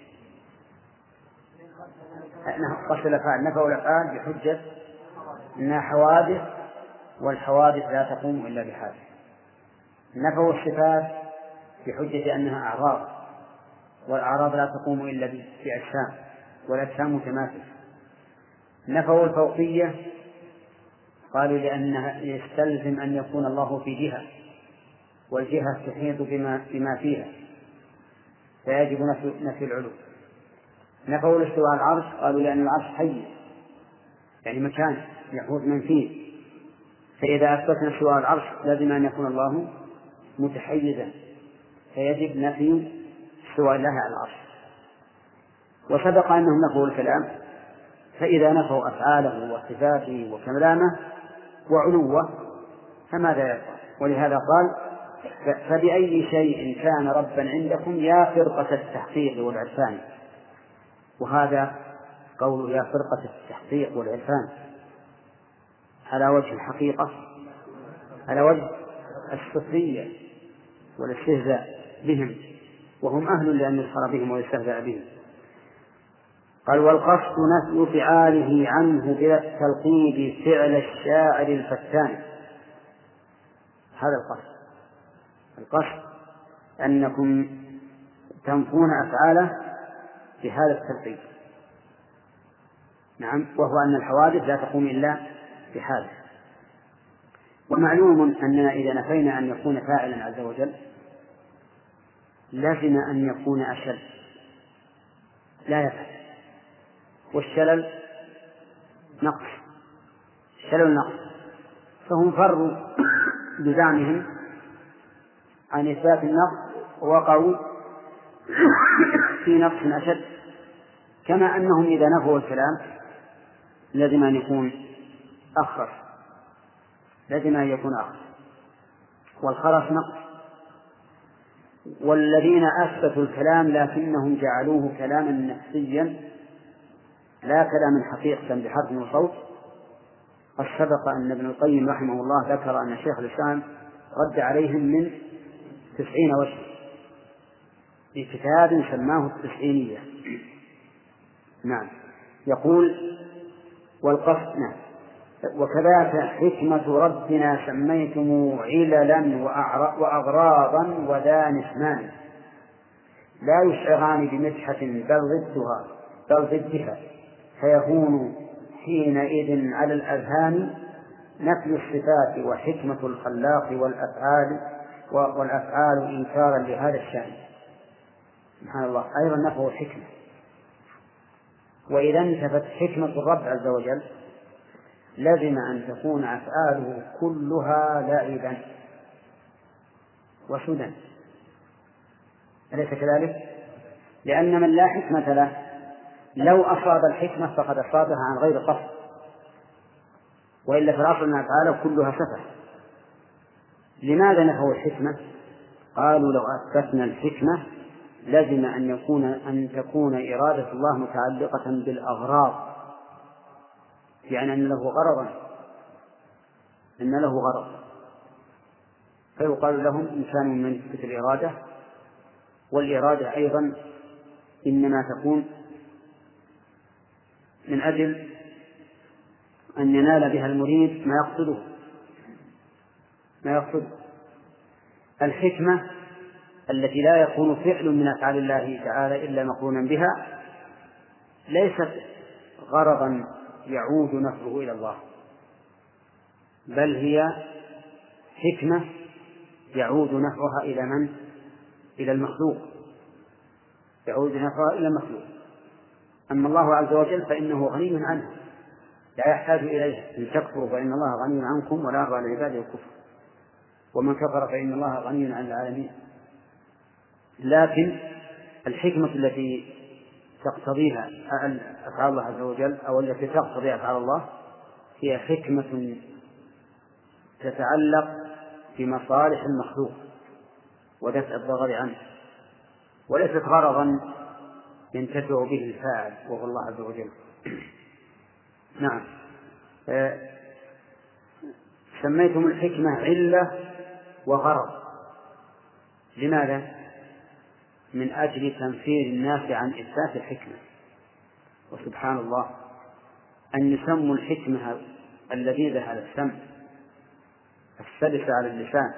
قصد الأفعال، نفوا الأفعال بحجة أنها حوادث، والحوادث لا تقوم إلا بحادث. نفوا الصفات بحجة أنها أعراض، والأعراض لا تقوم إلا بأجسام، والأجسام متماثلة. نفوا الفوقية، قالوا لأنها يستلزم أن يكون الله في جهة، والجهة تحيط بما فيها، فيجب نفي العلو. نفوا الاستواء على العرش، قالوا لأن العرش حي، يعني مكان يحوط من فيه، فإذا أثبتنا استواء على العرش لازم أن يكون الله متحيزا، فيجب نفي استواء الله على العرش. وسبق أنهم نفوا الكلام، فإذا نفوا أفعاله وصفاته وكلامه وعلوه فماذا يبقى؟ ولهذا قال: فبأي شيء كان ربا عندكم يا فرقة التحقيق والعرفان. وهذا قول يا فرقة التحقيق والعرفان على وجه الحقيقة، على وجه السخرية والاستهزاء بهم، وهم أهل لأن يسخر بهم ويستهزأ بهم. قال: والقصد نفي فعاله عنه بتلقيب فعل الشاعر الفتان. هذا القصد أنكم تنفون أفعاله بهذا التلقين. نعم، وهو أن الحوادث لا تقوم إلا بحادث. ومعلوم أننا إذا نفينا أن يكون فاعلا عز وجل لازم أن يكون أشل لا يفعل، والشلل نقص، الشلل نقص، فهم فروا بزعمهم عن إثبات النقص ووقعوا في نقص أشد، كما أنهم إذا نفوا الكلام لازم أن يكون أخرس، لازم أن يكون أخرس، والخرس نقص. والذين أثبتوا الكلام لكنهم جعلوه كلاما نفسيا لا كلاما حقيقة بحرف وصوت. قد سبق أن ابن القيم رحمه الله ذكر أن شيخ الإسلام رد عليهم من 90 وجه في كتاب سماه التسعينية. نعم، يقول والقصد نعم. وكذاك حكمة ربنا سميتم عللا وأغراضا وذان اسمان لا يشعران بمدحة بل ضدها فيهون حينئذ على الأذهان نفي الصفات وحكمة الخلاق والأفعال إنكارا لهذا الشأن. سبحان الله، أيضا نفوا الحكمة. وإذا انتفت حكمة الرب عز وجل لازم أن تكون أفعاله كلها لعبا وسدى، أليس كذلك؟ لأن من لا حكمة له لو أصاب الحكمة فقد أصابها عن غير قصد، وإلا في الأصل أن أفعاله كلها سفه. لماذا نفوا الحكمة؟ قالوا لو أثبتنا الحكمة لازم أن تكون إرادة الله متعلقة بالأغراض، يعني أن له غرض، فيقال لهم إنسان من يثبت الإرادة، والإرادة أيضا إنما تكون من أجل أن ينال بها المريد ما يقصده. الحكمة التي لا يكون فعل من أفعال الله تعالى إلا مقرونا بها ليست غرضا يعود نفعه إلى الله، بل هي حكمة يعود نفعها إلى من؟ إلى المخلوق، يعود نفعها إلى المخلوق. أما الله عز وجل فإنه غني عنه لا يحتاج إليه. إن تكفروا فإن الله غني عنكم ولا يرضى لعباده الكفر، ومن كفر فإن الله غني عن العالمين. لكن الحكمة التي تقتضيها أفعال الله عز وجل أو التي تقتضي أفعال الله هي حكمة تتعلق بمصالح المخلوق ودفع الضرر عنه، وليست غرضا ينتفع به الفاعل وهو الله عز وجل. نعم، سميتم الحكمة علة وغرض. لماذا؟ من أجل تنفير الناس عن إثبات الحكمة. وسبحان الله أن يسموا الحكمة اللذيذة على السمع السلسة على اللسان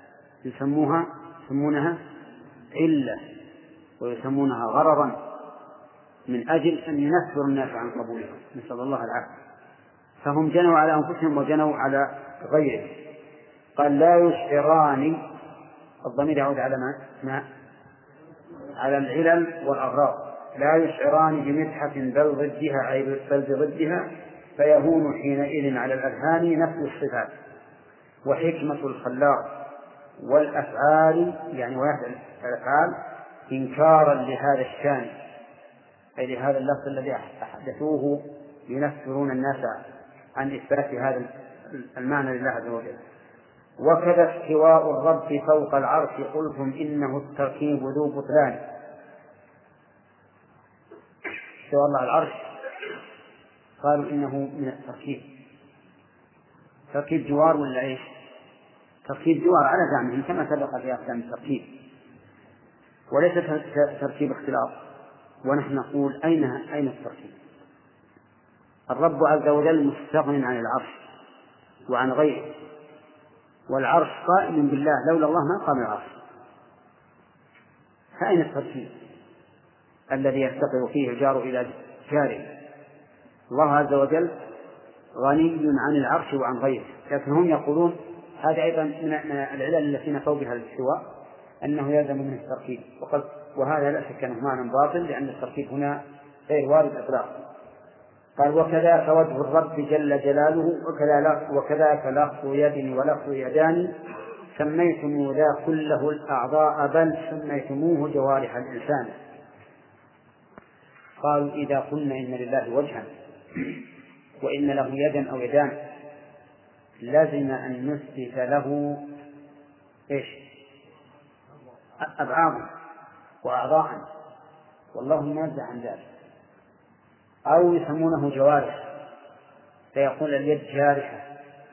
يسمونها علة ويسمونها غرضا من أجل أن ينفر الناس عن قبولها، نسأل الله العافية. فهم جنوا على أنفسهم وجنوا على غيرهم. قال لا يشعران، الضمير يعود على ما على العلل والأغراض، لا يشعران بمدحة بل بضدها فيهون حينئذ على الأذهان نفي الصفات وحكمة الخلاق والأفعال، يعني ويفعل الأفعال إنكارا لهذا الشان، أي لهذا اللفظ الذي أحدثوه ينفرون الناس عن إثبات هذا المعنى لله عز وجل. وكذا استواء الرب فوق العرش قلتم إنه التركيب ذو بطلان. استواء الله على العرش قالوا إنه من التركيب، تركيب جوار ولا إيش؟ تركيب جوار على زعمهم كما سبق في أقسام التركيب، وليس تركيب اختلاط. ونحن نقول أين التركيب؟ الرب عز وجل مستغن عن العرش وعن غيره، والعرش قائم بالله، لولا الله ما قام العرش، فأين التركيب؟ الذي يفتقر فيه الجار إلى جاره. الله عز وجل غني عن العرش وعن غيره، لكن هم يقولون هذا أيضا من العلل التي نفوا بها الاستواء أنه يلزم منه التركيب، وهذا لا شك أنه معنى باطل، لأن التركيب هنا غير وارد إطلاقا. قال وكذاك وجه الرب جل جلاله وكذاك لفظ يد ولفظ يدان سميتم ذا كله الأعضاء بل سميتموه جوارح الإنسان. قالوا إذا قلنا إن لله وجها وإن له يدا أو يدان لازم أن نثبت له أبعاضا وأعضاء، والله منزه عن ذلك. أو يسمونه جوارح، فيقول اليد جارحة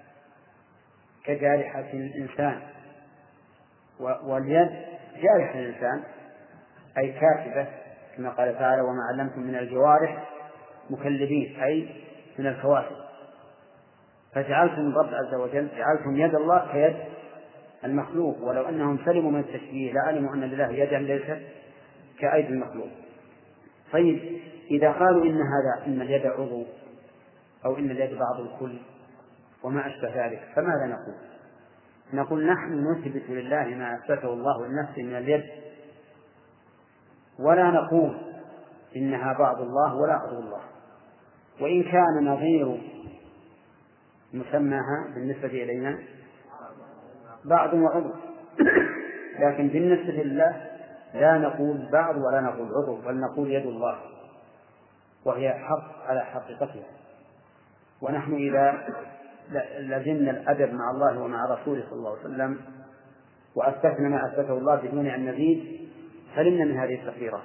كجارحة الإنسان، واليد جارحة الإنسان أي كاتبة، كما قال تعالى وما علمتم من الجوارح مكلبين، أي من الكواتب. فجعلتم الرب عز وجل جعلتم يد الله كيد المخلوق، ولو أنهم سلموا من التشبيه لعلموا أن لله يدا ليست كأيدي المخلوق. طيب إذا قالوا إن اليد عضو أو إن اليد بعض الكل وما أشبه ذلك، فماذا نقول؟ نقول نحن نثبت لله ما أثبته الله لنفسه من اليد، ولا نقول إنها بعض الله ولا عضو الله، وإن كان نظير مسماها بالنسبة إلينا بعض وعضو، لكن بالنسبة لله لا نقول بعض ولا نقول عضو، بل نقول يد الله، وهي حق على حقيقتها. ونحن إذا لزمنا الأدب مع الله ومع رسوله صلى الله عليه وسلم وأثبتنا ما أثبته الله بدون أن نزيد سلمنا من هذه التقريرات.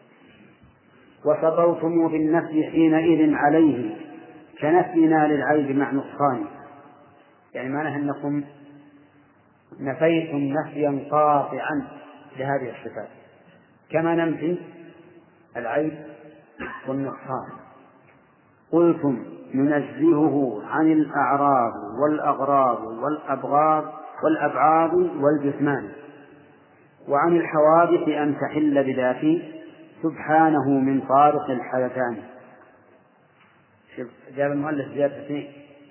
وسطوتم بالنفي حينئذ عليه كنفينا للعيب مع نقصان، يعني معناه أنكم نفيتم نفيا قاطعا لهذه الصفات كما ننفي العيب والنقصان. قلتم ننزهه عن الأعراض والأغراض والأبعاد والجثمان وعن الحوادث أن تحل بذاته سبحانه من طارق الحدثان. جاب المؤلف زيادة اثنين،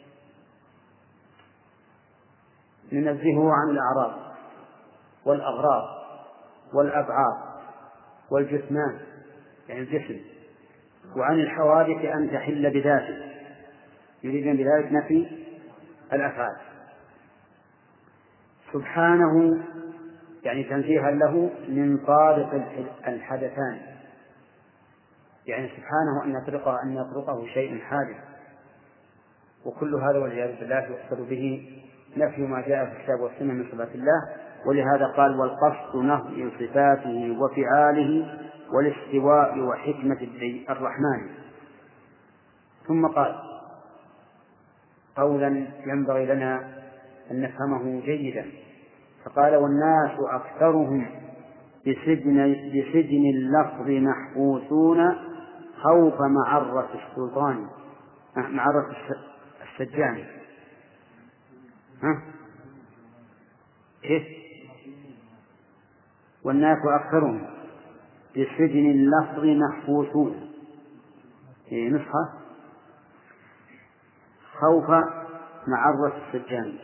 ننزهه عن الأعراض والأغراض والأبعاد والجثمان يعني الجسم، وعن الحوادث أن تحل بذاته، يريدون بذلك نفي الأفعال. سبحانه يعني تنزيها له من طارق الحدثان، يعني سبحانه أن يطرقه شيء حادث، وكل هذا والعياذ بالله يقصد به نفي ما جاء في الكتاب والسنة من صفات الله. ولهذا قال والقصد نفي صفاته وفعاله والاستواء وحكمة الرحمن. ثم قال قولا ينبغي لنا أن نفهمه جيدا، فقال والناس أكثرهم بسجن اللفظ محبوسون خوف معرة السلطان معرة السجان. والناس أكثرهم بسجن اللفظ محبوسون، نسخة خوف معرة السجان.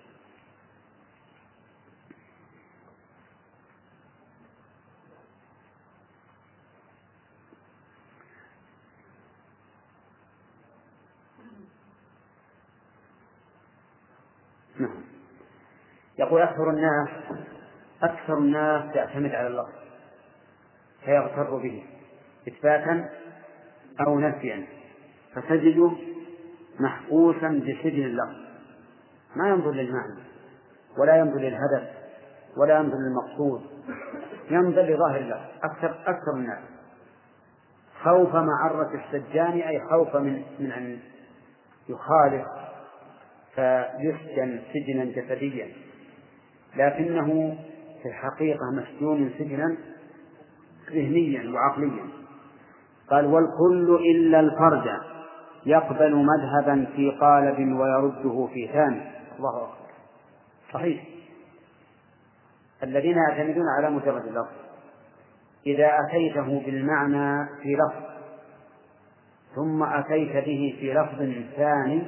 يقول أكثر الناس يعتمد على اللفظ فيغتر به إثباتا أو نفيا، فتجده محبوسا بسجن اللفظ، ما ينظر للمعنى ولا ينظر للهدف ولا ينظر للمقصود، ينظر لظاهر اللفظ. أكثر الناس خوف معرة السجان أي خوف من أن يخالف فيسجن سجنا جسديا، لكنه في الحقيقة مسجون سجنا ذهنيا وعقليا. قال والكل إلا الفرد يقبل مذهبا في قالب ويرده في ثاني. الله أكبر، صحيح. الذين يعتمدون على مجرد اللفظ إذا أتيته بالمعنى في لفظ ثم أتيت به في لفظ ثاني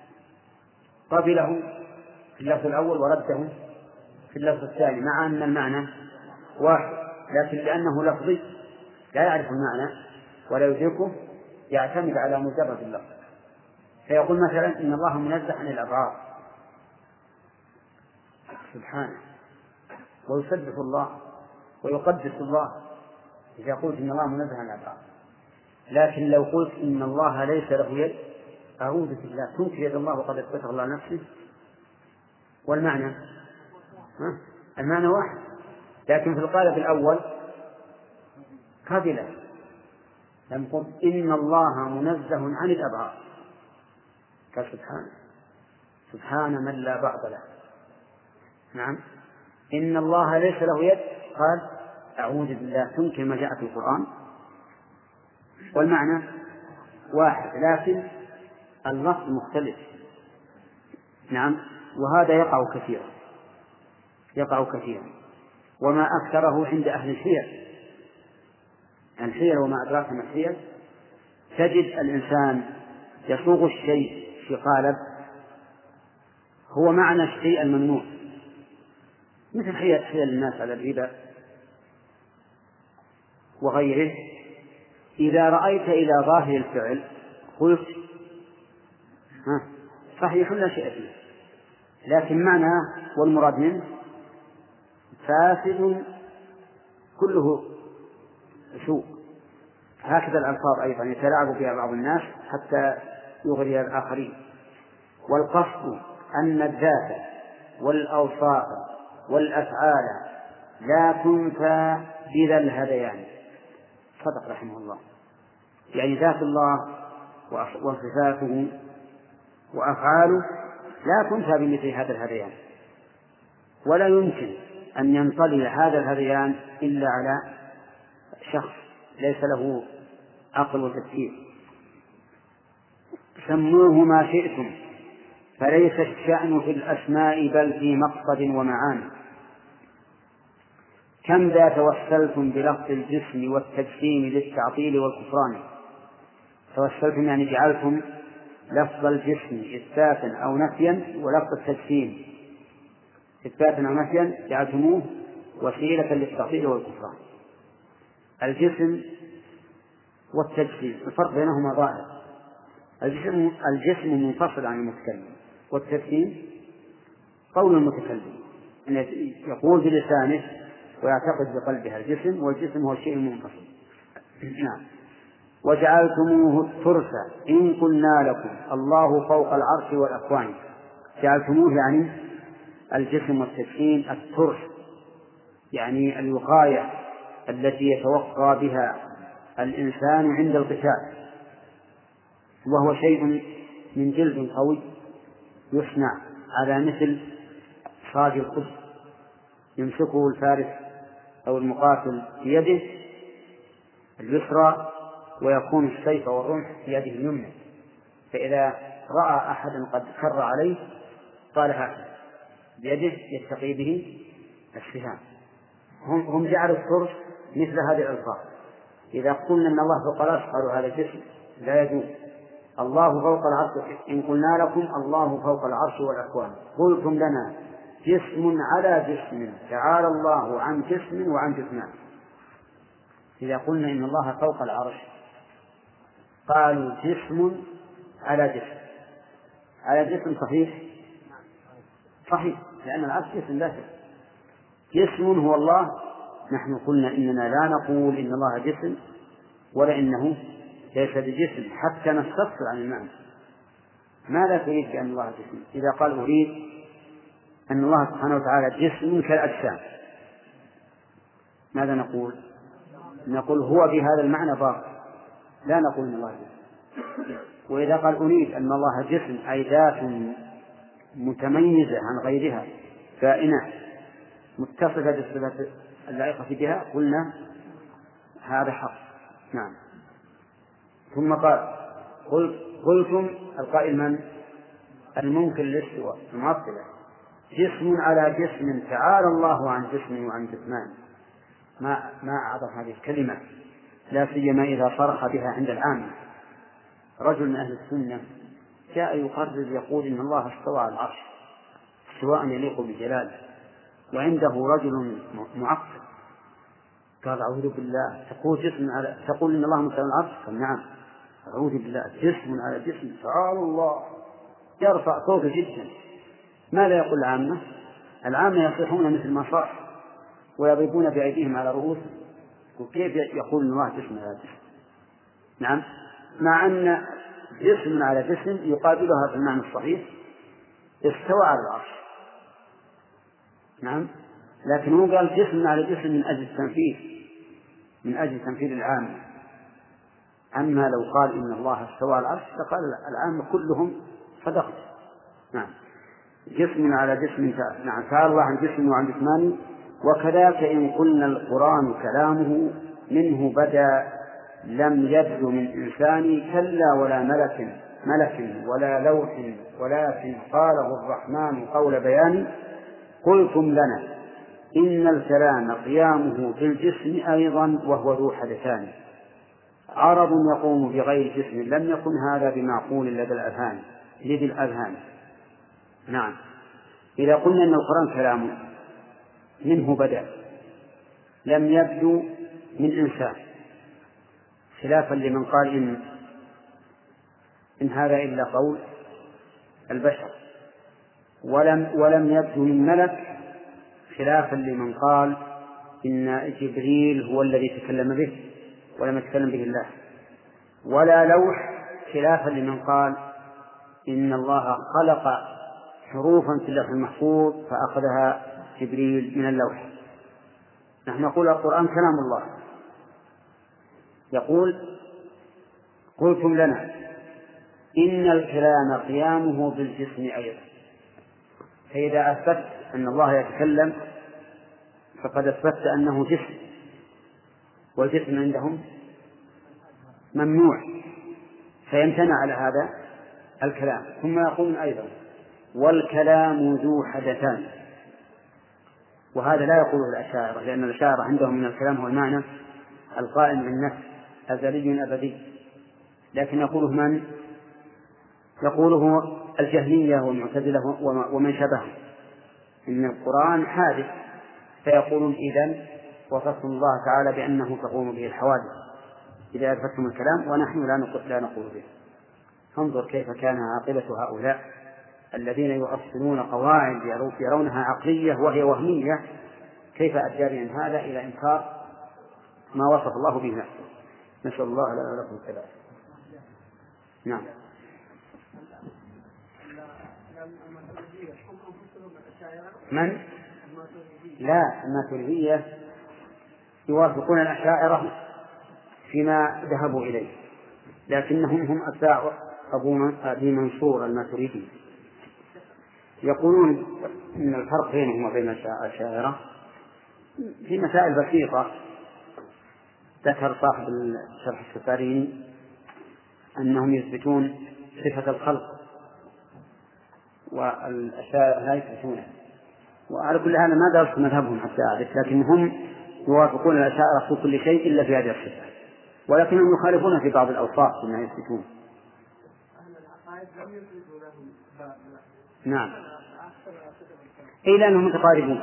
قبله في اللفظ الأول ورده في اللفظ الثاني مع أن المعنى واحد، لكن لأنه لفظي لا يعرف المعنى ولا يدركه يعتمد على مجرد اللفظ، فيقول مثلا إن الله منزه عن الأضرار سبحانه، ويسبح الله ويقدس الله إذا قلت إن الله منزه عن الأضرار. لكن لو قلت إن الله ليس له يد أعوذ بالله، تنكر يد الله وقد أثبته الله نفسه، والمعنى المعنى واحد، لكن في القالب الأول قبله لم قل إن الله منزه عن الأضرار، قال سبحان من لا بعض له. نعم، إن الله ليس له يد قال أعوذ بالله، تنكر ما جاء في القرآن والمعنى واحد لكن اللفظ مختلف. نعم، وهذا يقع كثيرا وما أكثره عند أهل الحيل وما أدراك ما الحيل، تجد الإنسان يصوغ الشيء في قالب هو معنى الشيء الممنوع، مثل حيل الناس على الربا وغيره. إذا رأيت إلى ظاهر الفعل قلت صحيح لا شيء فيه، لكن معناه والمراد منه فاسد كله سوء. هكذا الألفاظ أيضا يتلاعب بها بعض الناس حتى يغري الآخرين. والقصد أن الذات والأوصاف والأفعال لا تنفى بذا الهذيان. صدق رحمه الله، يعني ذات الله وصفاته وأفعاله لا تنفى بمثل هذا الهذيان، ولا يمكن أن ينطلي هذا الهذيان إلا على شخص ليس له عقل وتفكير. سموه ما شئتم فليس الشأن في الأسماء بل في مقصد ومعاني. كم ذا توسلتم بلفظ الجسم والتجسيم للتعطيل والكفران. توسلتم يعني جعلتم لفظ الجسم إثباتا أو نفيا، ولفظ التجسيم إثباتا أو نفيا جعلتموه وسيلة للتعطيل والكفران. الجسم والتجسيم الفرق بينهما ظاهر. الجسم منفصل عن المتكلم، والتجسيم قول المتكلم أن يقول بلسانه ويعتقد بقلبها الجسم، والجسم هو الشيء المنفصل. نعم. وجعلتموه الترس إن قلنا لكم الله فوق العرش والأكوان. جعلتموه يعني الجسم والتجسيم الترس، يعني الوقاية التي يتوقى بها الإنسان عند القتال، وهو شيء من جلد قوي يصنع على مثل صاج الخبز يمسكه الفارس أو المقاتل في يده اليسرى، ويكون السيف والرمح في يده اليمنى، فإذا رأى أحدا قد كر عليه قال هكذا بيده يتقي به السهام. هم جعلوا الترس مثل هذه الألفاظ. إذا قلنا أن الله فوق العرش قالوا هذا جسم لا يجوز. الله فوق العرش إن قلنا لكم الله فوق العرش والأكوان قلتم لنا جسم على جسم تعالى الله عن جسم وعن جسمان. إذا قلنا إن الله فوق العرش قالوا جسم على جسم. على جسم صحيح لأن العرش جسم لا شك. جسم هو الله. نحن قلنا إننا لا نقول إن الله جسم ولا إنه ليس بجسم حتى نستفسر عن المعنى. ماذا تريد بأن الله جسم؟ إذا قال أريد أن الله سبحانه وتعالى جسم كالأجسام ماذا نقول؟ نقول هو بهذا المعنى باطل، لا نقول إن الله جسم. وإذا قال أريد أن الله جسم أي ذات متميزة عن غيرها كائنة متصفة بالصفات اللائقة بها قلنا هذا حق. نعم. ثم قال قلتم القائل من؟ المنكر للاستواء المعطلة. جسم على جسم تعالى الله عن جسم وعن جسمان. ما أعظم هذه الكلمة، لا سيما إذا صرح بها عند العامة. رجل من أهل السنة جاء يقرر يقول إن الله استوى على العرش استواء يليق بجلاله، وعنده رجل معقل قال أعوذ بالله تقول إن الله مستوى على العرش؟ قال نعم. أعوذ بالله، جسم على جسم، تعالى الله، يرفع صوته جدا. ماذا يقول العامة؟ العامة يصيحون مثل ما صاح ويضربون بأيديهم على رؤوسهم، وكيف يقول إن الله جسم على جسم؟ نعم، مع أن جسم على جسم يقابلها في المعنى الصحيح استوى على العرش. نعم، لكن هو قال جسم على جسم من أجل تنفيذ العامة. أما لو قال إن الله استوى على العرش فقال العامة كلهم صدقت. نعم، جسم على جسم. نعم، تعالى الله عن جسم وعن جسمان. وكذاك إن قلنا القرآن كلامه منه بدا لم يبد من إنسان كلا ولا ملك ولا لوح، ولكن قاله الرحمن قول بيان. قلتم لنا إن الكلام قيامه بالجسم أيضا وهو ذو حدثان، عرض يقوم بغير جسم لم يكن هذا بمعقول لدى الأذهان. نعم، إذا قلنا أن القرآن كلامه منه بدأ لم يبدو من إنسان، خلافا لمن قال إن هذا إلا قول البشر، ولم يبدو من ملك، خلافا لمن قال إن جبريل هو الذي تكلم به ولم يتكلم به الله، ولا لوح، خلافا لمن قال إن الله خلق حروفا في اللوح المحفوظ فأخذها جبريل من اللوح. نحن نقول القرآن كلام الله. يقول قلتم لنا إن الكلام قيامه بالجسم أيضا، فإذا أثبت أن الله يتكلم فقد أثبت أنه جسم، والجسم عندهم ممنوع، فيمتنع على هذا الكلام. ثم يقول أيضا والكلام ذو حدثان، وهذا لا يقوله الأشاعرة، لأن الأشاعرة عندهم من الكلام هو المعنى القائم بالنفس أزلي أبدي، لكن يقوله من؟ يقوله الجهمية والمعتزلة ومن شبهه، إن القرآن حادث، فيقولون إذن وصفهم الله تعالى بأنه تقوم به الحوادث إذا أثبتم الكلام، ونحن لا نقول به. انظر كيف كان عاقبة هؤلاء الذين يؤصلون قواعد يرونها عقلية وهي وهمية، كيف أدى بهم هذا إلى إنكار ما وصف الله به نفسه. نسأل الله لنا ولكم السلام. نعم. من؟ لا، الماتريدية يوافقون الأشاعرة فيما ذهبوا إليه، لكنهم هم أتباع أبي منصور الماتريدي. يقولون إن الفرق بينهم وبين الأشاعرة في مسائل بسيطة. ذكر صاحب شرح السفارين أنهم يثبتون صفة الخلق والأشاعرة لا يثبتونه، وعلى كل هذا ما درست مذهبهم حتى أعرف، لكن هم يوافقون الأشاعرة في كل شيء إلا في هذه الصفة، ولكنهم يخالفون في بعض الأوصاف بما يثبتون. نعم، إلى أنهم متقاربون.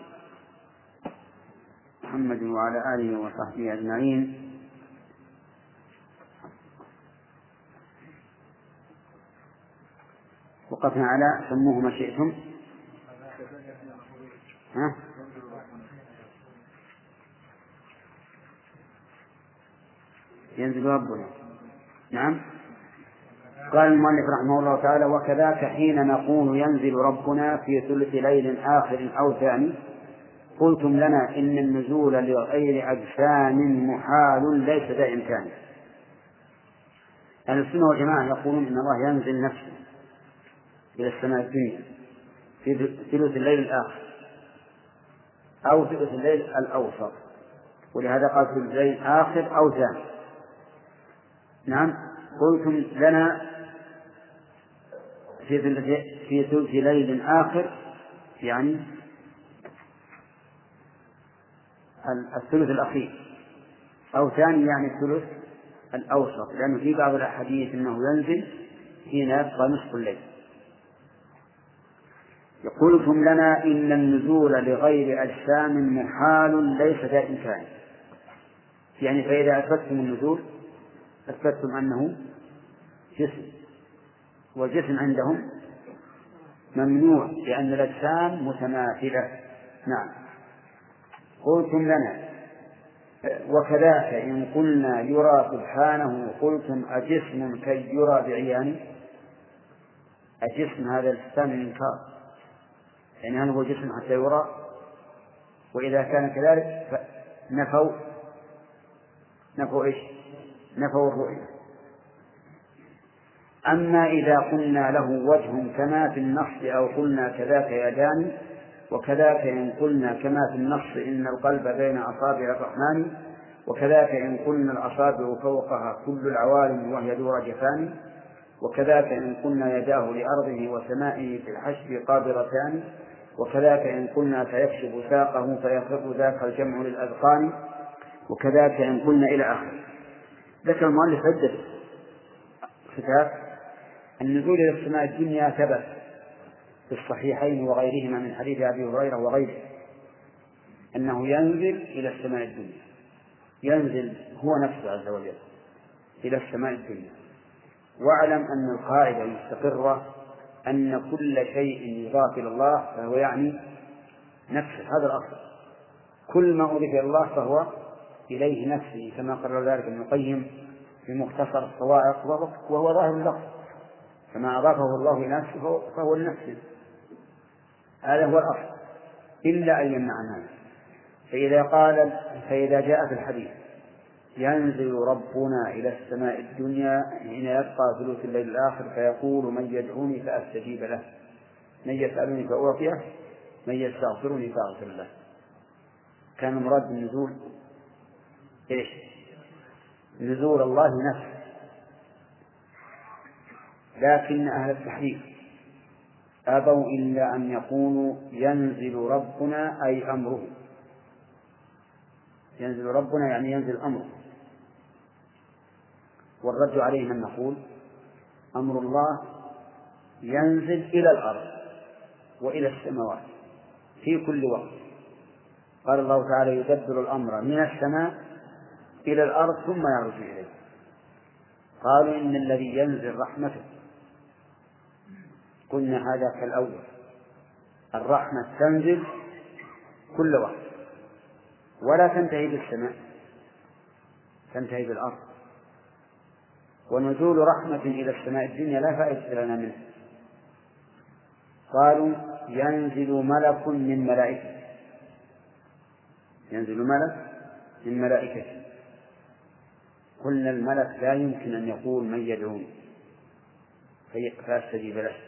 محمد وعلى آله وصحبه أجمعين. وقفنا على سموه ما شئتم. ينزل ربنا. نعم. قال المؤلف رحمه الله تعالى وكذاك حين نقول ينزل ربنا في ثلث ليل آخر أو ثاني قلتم لنا إن النزول لغير أجسام محال ليس ذا إمكان. أهل السنة والجماعة يقولون إن الله ينزل نفسه إلى السماء الدنيا في ثلث الليل الآخر أو ثلث الليل الأوسط، ولهذا قال ثلث الليل آخر أو ثاني. نعم. قلتم لنا في ثلث ليل آخر، يعني الثلث الأخير، أو ثاني يعني الثلث الأوسط، لأنه في بعض الأحاديث أنه ينزل حين يبقى نصف الليل. قلتم لنا إن النزول لغير أجسام محال ليس ذا إمكان، يعني فإذا أثبتتم النزول أثبتتم أنه جسم، والجسم عندهم ممنوع لأن الأجسام متماثلة. نعم. قلتم لنا وكذاك إن قلنا يرى سبحانه قلتم أجسم كي يرى بعيان. أجسم هذا الاستفهام الإنكار، يعني هل هو جسم حتى يرى؟ وإذا كان كذلك نفوا إيش؟ نفوا الرؤية. أما إذا قلنا له وجه كما في النص أو قلنا كذاك يدان، وكذاك إن قلنا كما في النص إن القلب بين أصابع الرحمن، وكذاك إن قلنا الأصابع فوقها كل العوالم وهي ذو رجفان، وكذاك إن قلنا يداه لأرضه وسمائه في الحشر قابضتان، وكذاك إن قلنا فيكشف ساقه فيخر ذاك الجمع للأذقان، وكذاك إن قلنا إلى آخره. ذكر المؤلف عدة صفات. النزول إلى السماء الدنيا ثبت في الصحيحين وغيرهما من حديث أبي هريرة وغيره أنه ينزل إلى السماء الدنيا، ينزل هو نفسه عز وجل إلى السماء الدنيا. واعلم أن القاعدة المستقرة أن كل شيء يضاف إلى الله فهو يعني نفسه، هذا الأصل. كل ما أضيف إلى الله فهو إليه نفسه، كما قرر ذلك ابن القيم في مختصر الصواعق، وهو ظاهر اللفظ، كما أضافه الله إلى نفسه فهو لنفسه، هذا هو الأصل، إلا أن يمنع عنه. فإذا جاء في الحديث ينزل ربنا إلى السماء الدنيا حين يبقى ثلث الليل الآخر فيقول من يدعوني فأستجيب له، من يسألني فأعطيه، من يستغفرني فأغفر له، كان المراد بالنزول إيش؟ نزول الله نفسه. لكن أهل التحريف أبوا إلا أن يقولوا ينزل ربنا أي أمره، ينزل ربنا يعني ينزل أمره. والرد عليهم أن نقول أمر الله ينزل إلى الأرض وإلى السماوات في كل وقت. قال الله تعالى يدبر الأمر من السماء إلى الأرض ثم يعرج إليه. قالوا إن الذي ينزل رحمته، قلنا هذا كالأول، الرحمة تنزل كل وقت ولا تنتهي بالسماء، تنتهي بالأرض. ونزول رحمة إلى السماء الدنيا لا فائدة لنا منه. قالوا ينزل ملك من ملائكته، ينزل ملك من ملائكته. قلنا الملك لا يمكن أن يقول من يدعوني فأستجيب له،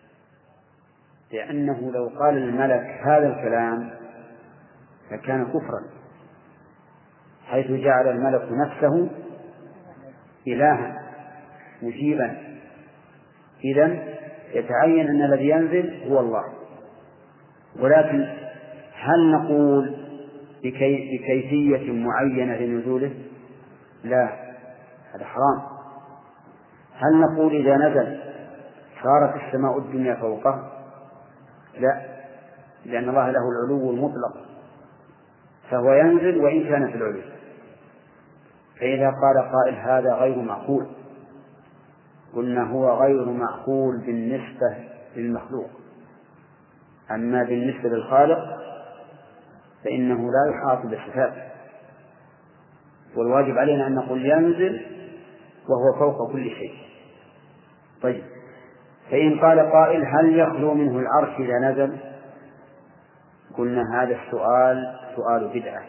لأنه لو قال الملك هذا الكلام فكان كفرا، حيث جعل الملك نفسه إلها مجيبا. إذن يتعين أن الذي ينزل هو الله. ولكن هل نقول بكيفية معينة لنزوله؟ لا، هذا حرام. هل نقول إذا نزل صارت السماء الدنيا فوقه؟ لا، لأن الله له العلو المطلق، فهو ينزل وإن كان في العلو. فإذا قال قائل هذا غير معقول، قلنا هو غير معقول بالنسبة للمخلوق، أما بالنسبة للخالق فإنه لا يحاط بالصفات، والواجب علينا أن نقول ينزل وهو فوق كل شيء. طيب، فإن قال قائل هل يخلو منه العرش إذا نزل؟ قلنا هذا السؤال سؤال بدعة،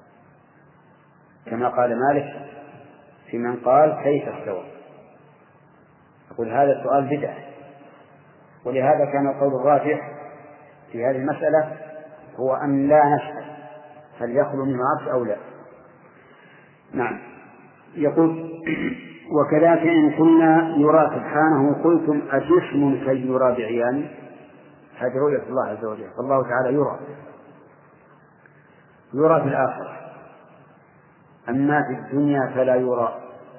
كما قال مالك في من قال كيف استوى، يقول هذا السؤال بدعة. ولهذا كان القول الراجح في هذه المسألة هو أن لا نسأل هل يخلو منه عرش أو لا. نعم. يقول وكذلك إن قلنا يرى سبحانه قلتم أجسم كي يرى بعيان، هذه رؤية الله عز وجل، فالله تعالى يرى. يرى في الآخرة، أما في الدنيا فلا يرى.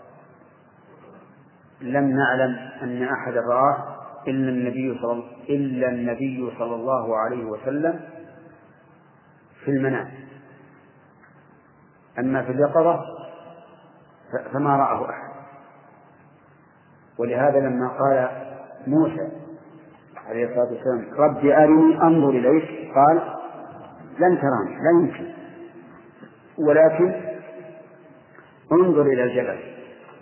لم نعلم أن أحد رآه إلا النبي صلى الله عليه وسلم في المنام، أما في اليقظة فما رآه أحد. ولهذا لما قال موسى عليه الصلاة والسلام رب أرني أنظر إليك، قال لن تراني، لا يمكن، ولكن انظر إلى الجبل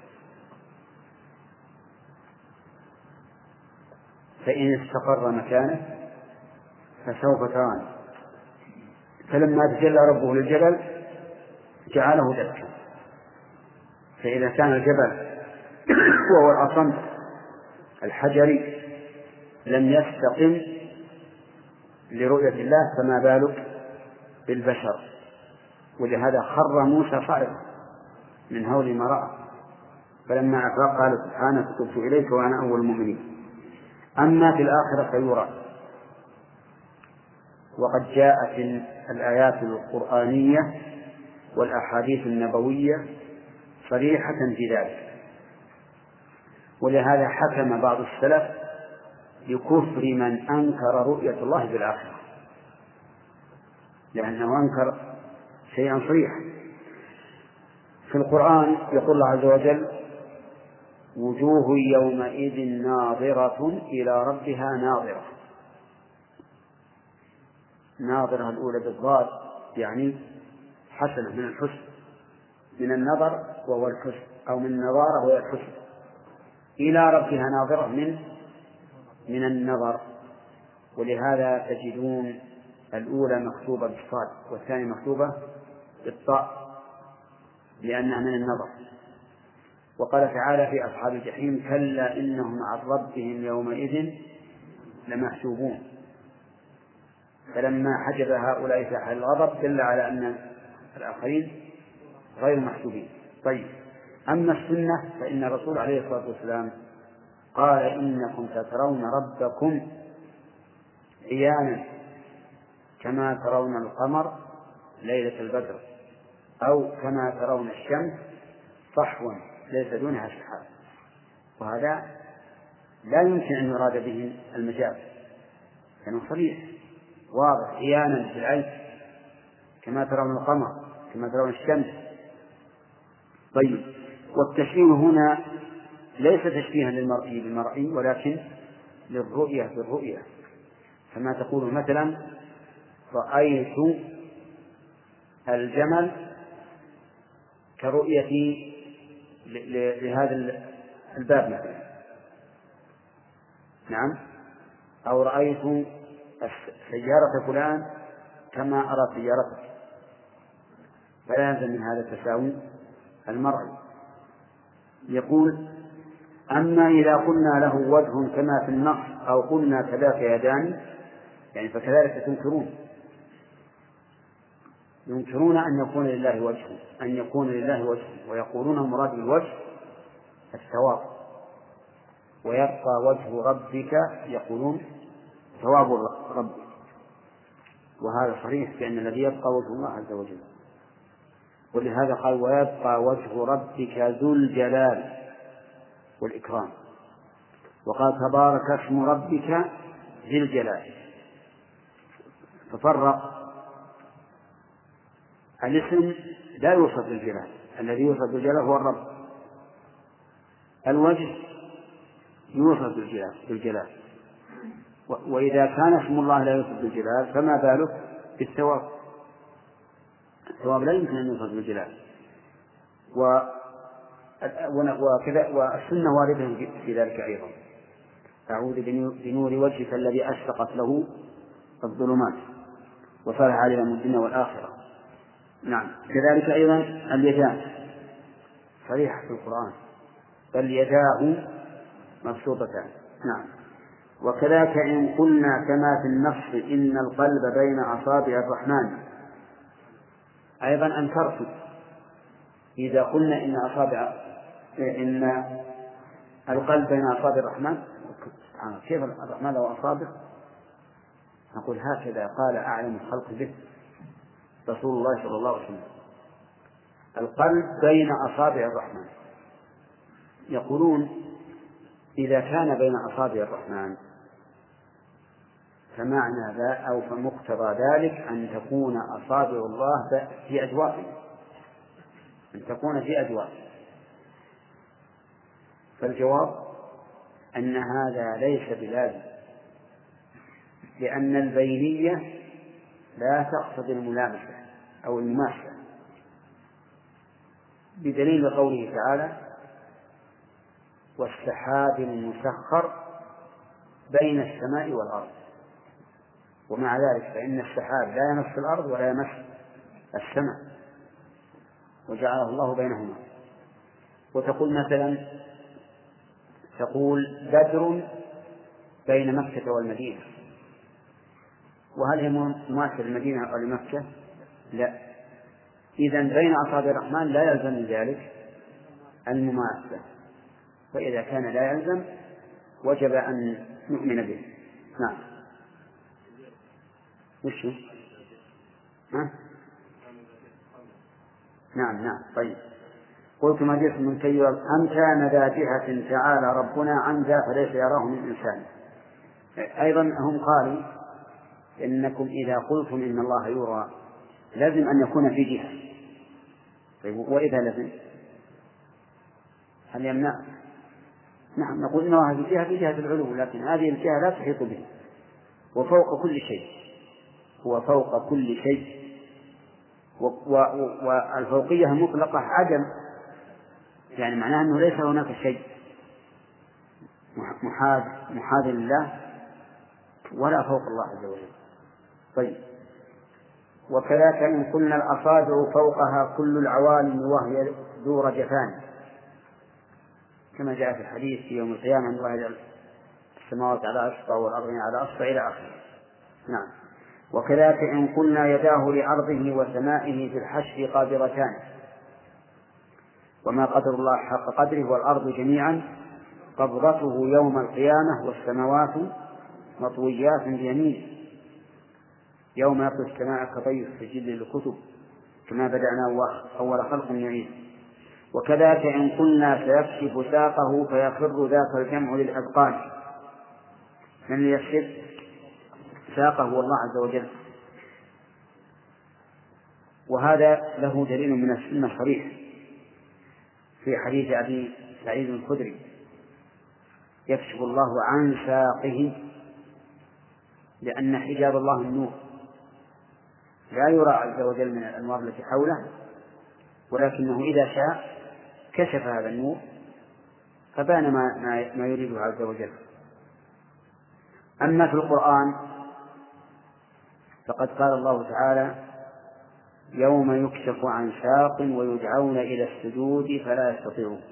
فإن استقر مكانه فسوف تراني. فلما تجلى ربه للجبل جعله دكا، فإذا كان الجبل وهو الأصم الحجري لم يستقم لرؤية الله فما بالك بالبشر. ولهذا خر موسى صعقا من هول ما رأى، فلما أفاق قال سبحانك تبت إليك وأنا أول المؤمنين. أما في الآخرة فيرى، وقد جاءت الآيات القرآنية والأحاديث النبوية صريحة في ذلك. ولهذا حكم بعض السلف بكفر من أنكر رؤية الله في الآخرة، لأنه أنكر شيئا صريحا. في القرآن يقول الله عز وجل وجوه يومئذ ناظرة إلى ربها ناظرة. ناظرة الأولى بالضاد يعني حسنة من الحسن، من النظر وهو الحسن، أو من النظارة وهو الحسن، إلى ربها ناظرة من النظر. ولهذا تجدون الأولى مكتوبة بالصاد والثانية مكتوبة بالطاء لأنها من النظر. وقال تعالى في أصحاب الجحيم كلا إنهم عن ربهم يومئذ لمحجوبون. فلما حجب هؤلاء في حال الغضب دل على أن الآخرين غير محجوبين. طيب، أما السنة فإن الرسول عليه الصلاة والسلام قال إنكم سترون ربكم عيانا كما ترون القمر ليلة البدر، أو كما ترون الشمس صحوا ليس دونها سحاب. وهذا لا يمكن أن يراد به المجاز، لأنه صريح واضح عيانا في العين كما ترون القمر كما ترون الشمس. طيب، والتشبيه هنا ليس تشبيها للمرئي بالمرئي ولكن للرؤية بالرؤية، كما تقول مثلا رأيت الجمل كرؤيتي لهذا الباب مثلا، نعم، أو رأيت سيارة فلان كما أرى سيارتك، فلا يلزم من هذا التساوي المرئي. يقول أما إذا قلنا له وجه كما في النص أو قلنا كذاك يدان، يعني فكذلك ينكرون أن يكون لله وجه، ويقولون المراد بالوجه الثواب، ويبقى وجه ربك يقولون ثواب ربك. وهذا صريح بأن الذي يبقى وجه الله عز وجل. ولهذا قال ويبقى وجه ربك ذو الجلال والإكرام. وقال تبارك اسم ربك ذي الجلال. ففرق الاسم لا يوصف بالجلال، الذي يوصف بالجلال هو الرب. الوجه يوصف بالجلال، وإذا كان اسم الله لا يوصف بالجلال فما بالك بالثواب. الثواب لا يمكن أن يوصف بالجلال. وكذا والسنة واردة في ذلك أيضا. أعوذ بنور وجهك الذي أشرقت له الظلمات وصالح علينا من الدنيا والآخرة. نعم، كذلك أيضا اليدان صريحة في القرآن، بل يداه مبسوطتان. نعم. وكذلك إن قلنا كما في النص إن القلب بين أصابع الرحمن، أيضا أنكرت إذا قلنا إن القلب بين أصابع الرحمن، كيف الرحمن له أصابع؟ نقول هكذا قال أعلم الخلق به. رسول الله صلى الله عليه وسلم. القلب بين أصابع الرحمن. يقولون إذا كان بين أصابع الرحمن فمعنى ذا أو فمقتضى ذلك أن تكون أصابع الله في أجوافه، أن تكون في أجوافه. فالجواب أن هذا ليس بلازم، لأن البينية لا تقتضي الملامسة أو المماثلة، بدليل قوله تعالى: والسحاب المسخر بين السماء والأرض. ومع ذلك فإن السحاب لا يمس الأرض ولا يمس السماء، وجعله الله بينهما. وتقول مثلا بدر بين مكة والمدينة، وهل هي مماثلة للمدينة أو لمكة؟ لا. إذن بين أصابع الرحمن لا يلزم من ذلك المماثلة، فإذا كان لا يلزم وجب أن نؤمن به. نعم. وش نعم. طيب. قلت ما جئت من كي أم كان ذا جهة تعالى ربنا عن ذا فليس يراه من إنسان. أيضا هم قالوا إنكم إذا قلتم إن الله يرى لازم أن يكون في جهة. طيب وإذا لازم هل يمنع؟ نعم، نقول إن الله في جهة العلو، لكن هذه الجهة لا تحيط به، وفوق كل شيء، هو فوق كل شيء. والفوقية المطلقة عدم، يعني معناه أنه ليس هناك شيء محاذ لله ولا فوق الله عز وجل. طيب. وكذلك إن قلنا الأصابع فوقها كل العوالم وهي ذو رجفان، كما جاء في الحديث في يوم القيامة أن الله يجعل السماوات على أصبع والأرض على أصبع إلى آخره. نعم. وكذلك إن قلنا يداه لأرضه وسمائه في الحشر قابضتان، وما قدر الله حق قدره والأرض جميعا قبضته يوم القيامة والسماوات مطويات بيمينه يوم يطوي السماء كطي السجل للكتب كما بدأنا أول خلق يعيد. وكذلك إن قلنا سيكشف ساقه فيخر ذاك الجمع للأذقان، من يكشف ساقه هو الله عز وجل. وهذا له دليل من السنة صريح في حديث أبي سعيد الخدري: يكشف الله عن ساقه، لأن حجاب الله النور لا يرى عز وجل من الأنوار التي حوله، ولكنه إذا شاء كشف هذا النور فبان ما يريده عز وجل. أما في القرآن فقد قال الله تعالى: يوم يكشف عن ساق ويدعون إلى السجود فلا يستطيعون.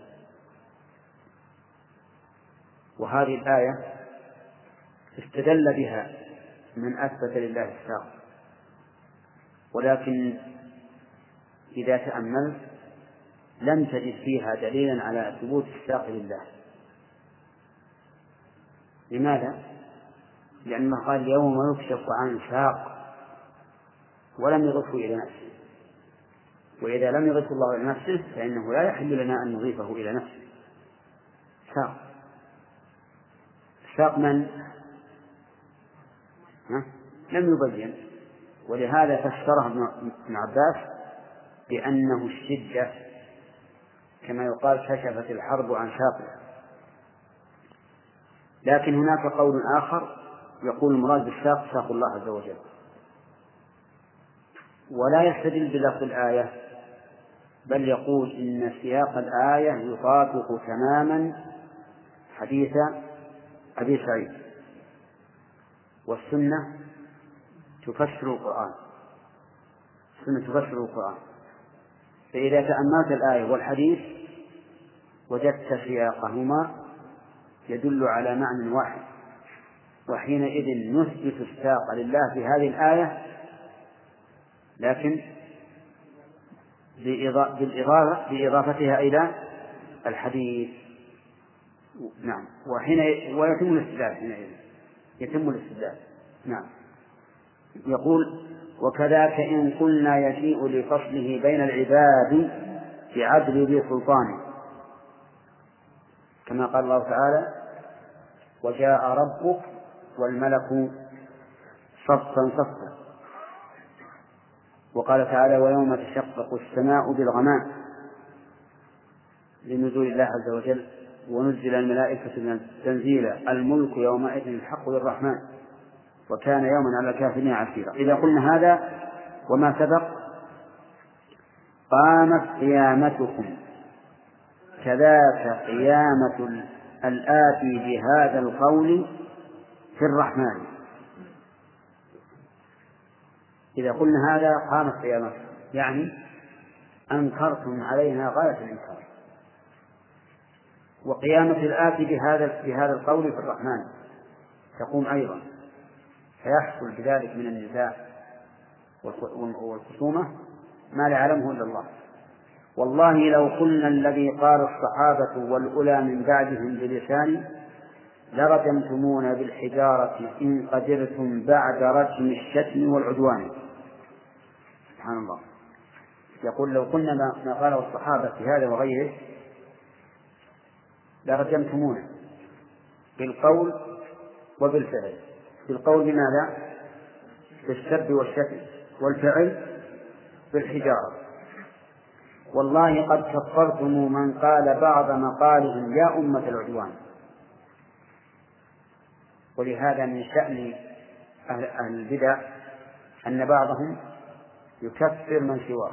وهذه الآية استدل بها من أثبت لله الساق، ولكن إذا تأملت لم تجد فيها دليلا على ثبوت الساق لله. لماذا؟ لأنه قال يوم يكشف عن ساق ولم يضفه إلى نفسه، وإذا لم يضفه الله إلى نفسه فإنه لا يحل لنا أن نضيفه إلى نفسه. ساق من؟ لم يبين، ولهذا فسره ابن عباس بأنه الشدة، كما يقال كشفت الحرب عن ساقها. لكن هناك قول آخر يقول المراد بالساق ساق الله عز وجل، ولا يستدل بلفظ الآية، بل يقول إن سياق الآية يطابق تماما حديث أبي سعيد، والسنة تفسر القرآن. فإذا تأملت الآية والحديث وجدت سياقهما يدل على معنى واحد، وحينئذ نثبت الساق لله في هذه الآية، لكن بإضافتها إلى الحديث. نعم. ويتم الاستدلال حينئذ. نعم. يقول وكذاك إن قلنا يجيء لفصله بين العباد بعدل ذي سلطانه، كما قال الله تعالى: وجاء ربك والملك صفا صفا. وقال تعالى: ويوم تشقق السماء بالغمام لنزول الله عز وجل ونزل الملائكة تنزيلا الملك يومئذ الحق للرحمن وكان يوما على الكافرين عسيرا. إذا قلنا هذا وما سبق قامت قيامتكم، كذاك قيامة الآتي بهذا القول في الرحمن. إذا قلنا هذا قامت قيامتكم يعني أنكرتم علينا غاية الإنكار. وقيامة الآتي بهذا القول في الرحمن تقوم أيضا، فيحصل بذلك من النزاع والخصومة ما لا يعلمه إلا الله. والله لو قلنا الذي قال الصحابة والأولى من بعدهم بلسان لرجمتمونا بالحجارة إن قدرتم بعد رجم الشتم والعدوان. سبحان الله، يقول لو قلنا ما قاله الصحابة في هذا وغيره لرجمتمونا بالقول وبالفعل. بالقول بماذا؟ بالسب والشتم، والفعل بالحجارة. والله قد كفرتم من قال بعض مقالهم يا أمة العدوان. ولهذا من شأن أهل البدع أن بعضهم يكفر من سواه،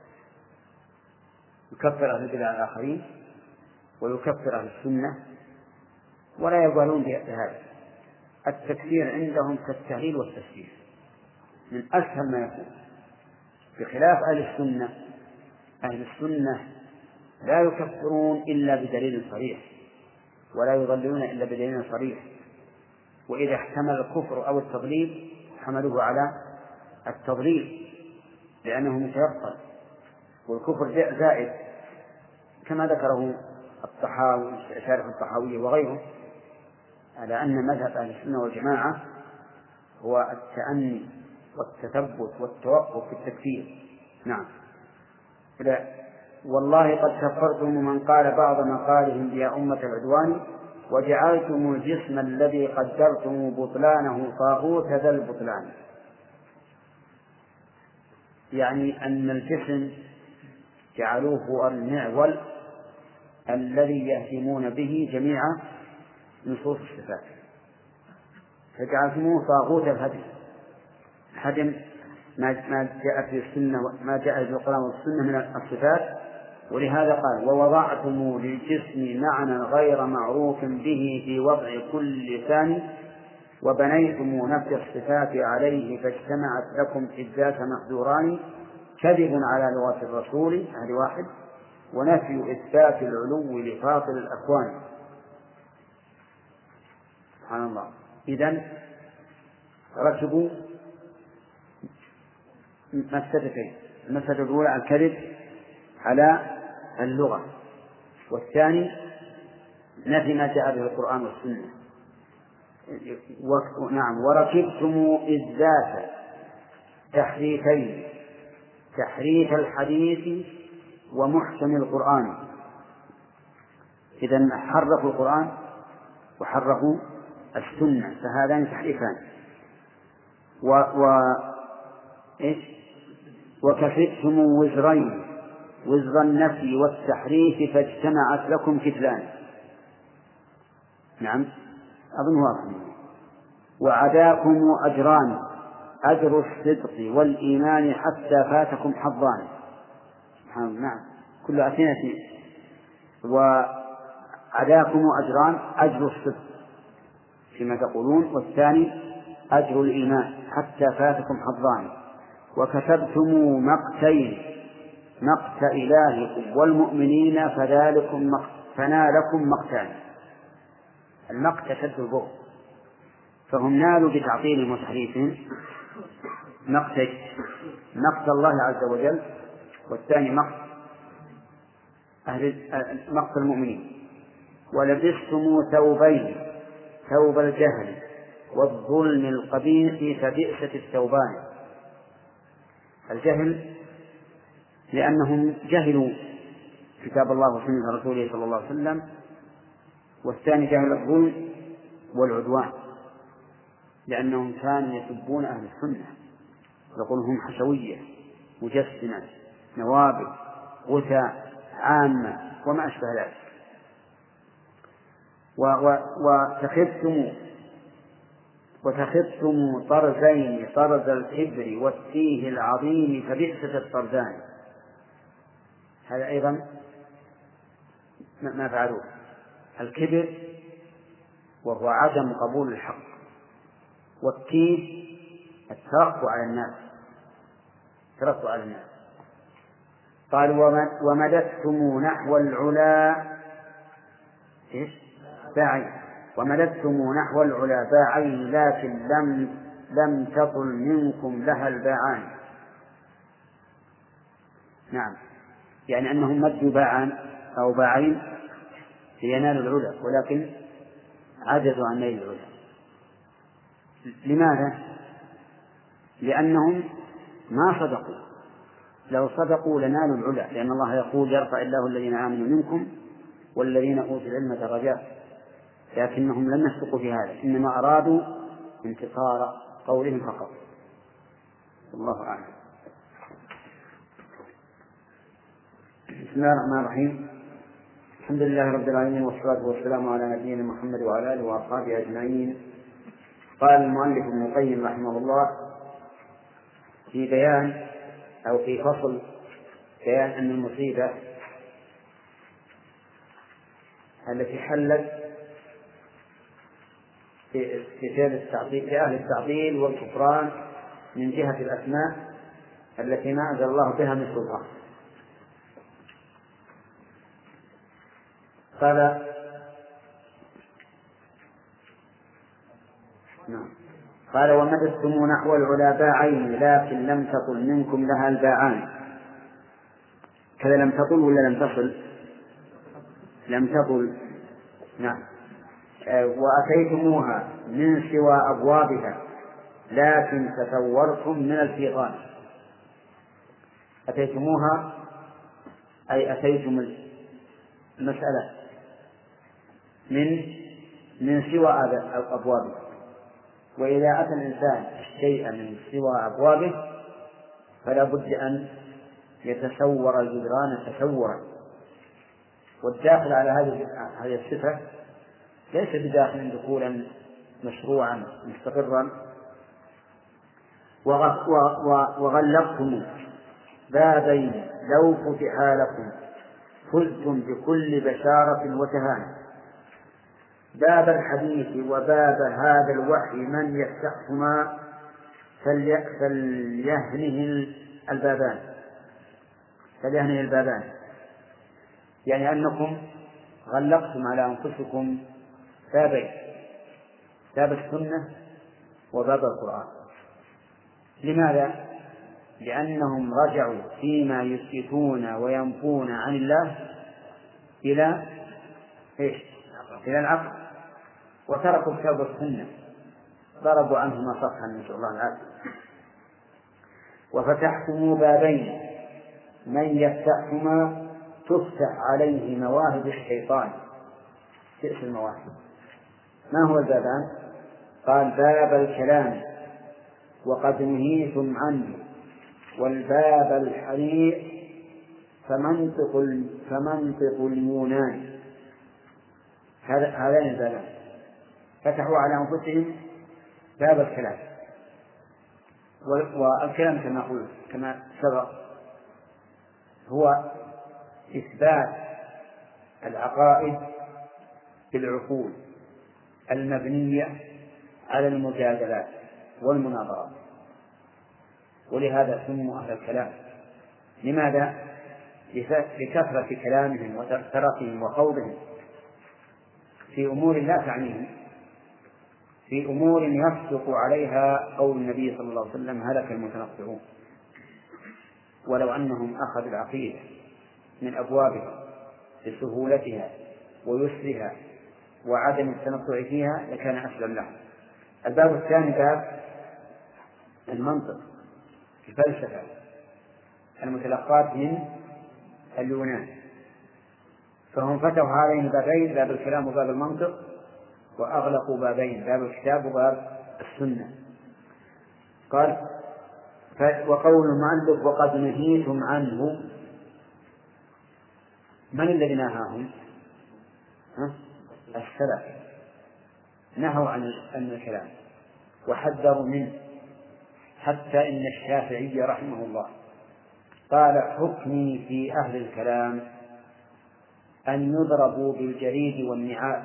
يكفر أهل البدع الآخرين ويكفر أهل السنة ولا يبالون بهذا. التكفير عندهم كالتهليل والتسبيح من أسهل ما يكون، بخلاف أهل السنة. أهل السنة لا يكفرون إلا بدليل صريح ولا يضللون إلا بدليل صريح، وإذا احتمل الكفر أو التضليل حملوه على التضليل لأنه متيقن، والكفر زائد كما ذكره الطحاوي شارح الطحاوي وغيره، على أن مذهب أهل السنة والجماعة هو التأني والتثبت والتوقف في التكفير. نعم. والله قد كفرتم من قال بعض مقالهم يا أمة العدوان وجعلتم الجسم الذي قدرتم بطلانه طاغوت ذا البطلان. يعني أن الجسم جعلوه المعول الذي يهدمون به جميع نصوص الصفات، فجعلتموه طاغوت الهدم، هدم ما جاء في السنة ما جاء في القرآن والسنة من الصفات. ولهذا قال ووضعتم للجسم معنى غير معروف به في وضع كل لسان وبنيتم نفي الصفات عليه فاجتمعت لكم إذ ذاك محذوران كذب على لغة الرسول هذه واحد ونفي إثبات العلو لفاطر الأكوان. سبحان الله. إذن ركبوا مفسدتين: المفسدة الأولى الكذب على اللغة، والثاني نفي ما جاء به القرآن والسنة. نعم. وركبتم إذ ذاك تحريفين: تحريف الحديث ومحكم القرآن. إذن حرفوا القرآن وحرفوا السنة، فهذان تحريفان. وكفتم وزرين: وزر النفي والتحريف فاجتمعت لكم كتلان. نعم أظن واضح. وعداكم أجران: أجر الصدق والإيمان حتى فاتكم حظان. سبحان الله. نعم كل أثنين. وعداكم أجران: أجر الصدق فيما تقولون، والثاني أجر الإيمان حتى فاتكم حظان. وكتبتم مقتين: مقت إلهكم والمؤمنين فنالكم مقتان. المقت شد البغض، فهم نالوا بتعطيل وتحريفهم مقت الله عز وجل، والثاني مقت المؤمنين. ولبستم ثوبين: ثوب الجهل والظلم القبيح فبئست الثوبان. الجهل لأنهم جهلوا كتاب الله وسنة رسوله صلى الله عليه وسلم، والثاني جهل الظلم والعدوان، لأنهم كانوا يسبون أهل السنة، يقولون هم حشوية مجسمة نوابل غثاء عامة وما أشبه ذلك. وتخذتم طرزين، طرز الكبر والتيه العظيم فبئست الطرزان. هذا أيضا ما فعلوه، الكبر وهو عدم قبول الحق، والتيه الترك على الناس. قال ومددتم نحو العلا باعين، ومددتم نحو العلا باعين لكن لم تطل منكم لها الباعان. نعم، يعني أنهم مدوا باعان أو باعين لينالوا العلا، ولكن عجزوا عن نيل العلا. لماذا؟ لأنهم ما صدقوا، لو صدقوا لنالوا العلا، لأن الله يقول يرفع الله الذين آمنوا منكم والذين أوتوا العلم درجات، لكنهم لم يصدقوا في هذا، إنما أرادوا انتصار قولهم فقط. الله أعلم. بسم الله الرحمن الرحيم. الحمد لله رب العالمين، والصلاة والسلام على نبينا محمد وعلى آله وأصحابه أجمعين. قال المؤلف ابن القيم رحمه الله في بيان أو في فصل بيان أن المصيبة التي حلت في أهل التعطيل والكفران من جهة الأسماء التي ما أنزل الله بها من سلطان. قال ومددتم نحو العلا باعين لكن لم تطل منكم لها الباعان. كذا لم تطل ولا لم تصل؟ لم تطل. نعم. وأتيتموها من سوى أبوابها لكن تثورتم من الفيضان. أتيتموها أي أتيتم المسألة من سوى أبوابها، وإذا أتى الإنسان الشيء من سوى أبوابه فلا بد أن يتسور الجدران تسورا، والداخل على هذه الصفة ليس بداخل دخولا مشروعا مستقرا. وغلقتم بابين لو فتحا لكم فزتم بكل بشارة وتهانة. باب الحديث وباب هذا الوحي من يفتحهما فليهنه البابان، يعني أنكم غلقتم على أنفسكم بابين، باب السنة وباب القرآن. لماذا؟ لأنهم رجعوا فيما يثبتون وينفون عن الله إلى العقل، وتركوا كتاب السنة، ضربوا عنهما صفحا، نسأل الله العافية. وفتحتم بابين من يفتحهما تفتح عليه مواهب الشيطان. تأتي المواهب. ما هو البابان؟ قال باب الكلام وقد نهيتم عنه، والباب الحريق فمنطق اليونان. هذان البابان فتحوا على أنفسهم باب الكلام. والكلام كما سبق هو إثبات العقائد بالعقول المبنية على المجادلات والمناظرات، ولهذا سموا أهل الكلام. لماذا؟ لكثرة كلامهم وتركهم وخوضهم في أمور لا تعنيهم، في أمور يصدق عليها قول النبي صلى الله عليه وسلم هلك المتنطعون. ولو أنهم أخذوا العقيدة من أبوابها بسهولتها ويسرها وعدم التنطع فيها لكان أسلم لهم. الباب الثاني باب المنطق، الفلسفة المتلقات من اليونان، فهم فتحوا هذين البابين، باب الكلام وباب المنطق، وأغلقوا بابين، باب الكتاب وباب السنة. قال وقول المؤلف وقد نهيتم عنه، من الذي نهاهم؟ السلف نهوا عن الكلام وحذروا منه، حتى إن الشافعي رحمه الله قال حكمي في أهل الكلام أن يضربوا بالجريد والنعال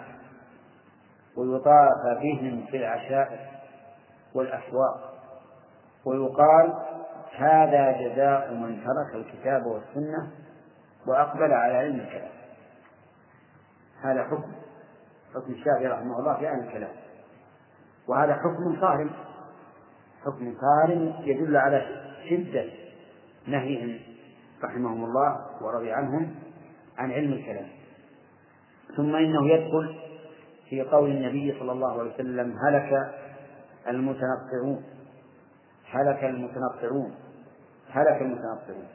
ويطاف بهم في العشائر والأسواق، ويقال هذا جزاء من ترك الكتاب والسنة وأقبل على علم الكلام. هذا حكم الشافعي رحمه الله في أهل الكلام، وهذا حكم صارم، حكم صارم يدل على شدة نهيهم رحمهم الله ورضي عنهم عن علم الكلام. ثم إنه يدخل في قول النبي صلى الله عليه وسلم هلك المتنطعون، هلك المتنطعون، هلك المتنطعون.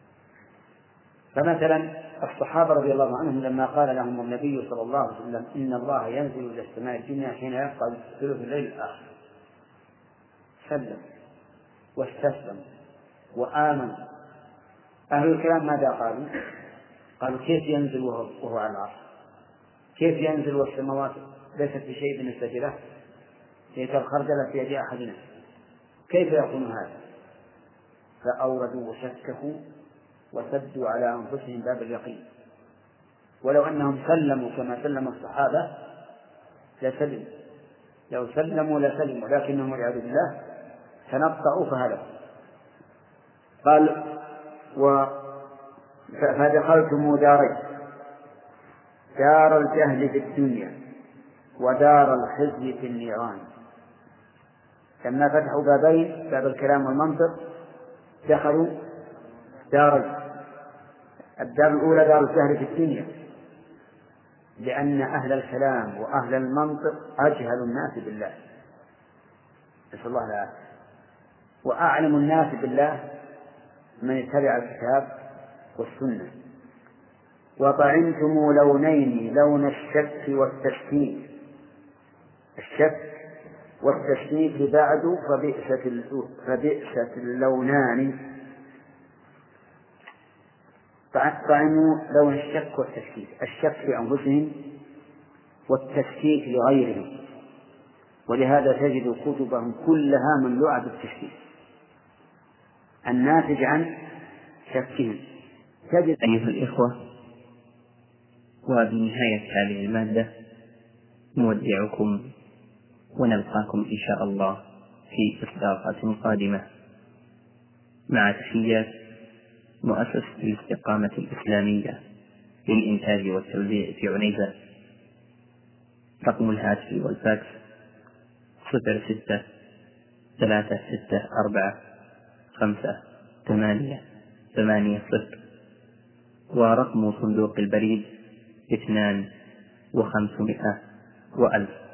فمثلا الصحابة رضي الله عنهم لما قال لهم النبي صلى الله عليه وسلم إن الله ينزل إلى السماء الدنيا حين يبقى ثلث الليل الآخر، سلم واستسلم وآمن. أهل الكلام ماذا قالوا؟ قالوا كيف ينزل وهو على العرش؟ كيف ينزل والسماوات ليست بشيء بالنسبة له؟ هي كالخردلة في يد أحدنا، كيف يكون هذا؟ فأوردوا وشككوا وسدوا على أنفسهم باب اليقين. ولو أنهم سلموا كما سلم الصحابة لسلموا، لو سلموا لسلموا، لكنهم والعياذ بالله تنطعوا فهلكوا. قال فدخلتم دارين، دار الجهل في الدنيا ودار الخزي في النيران. لما فتحوا بابين، باب الكلام والمنطق، دخلوا دارين. الدار الأولى دار الجهل في الدنيا، لأن أهل الكلام وأهل المنطق أجهل الناس بالله، نسأل الله العافية، وأعلم الناس بالله من اتبع الكتاب والسنة. وطعنتم لونين، لون الشك والتشكيك، الشك والتشكيك بعد فبئست اللونان. طعنوا لون الشك والتشكيك، الشك في أنفسهم والتشكيك لغيرهم، ولهذا تجد كتبهم كلها مملوءة بالتشكيك الناتج عن شكهم. تجد أيها الإخوة، وبنهاية هذه المادة نودعكم ونلقاكم إن شاء الله في إصدارات قادمة، مع تحيات مؤسسة الاستقامة الإسلامية للإنتاج والتوزيع في عنيزة. رقم الهاتف والفاكس 06-364-5-8-8-0، ورقم صندوق البريد 2 و500 و1000.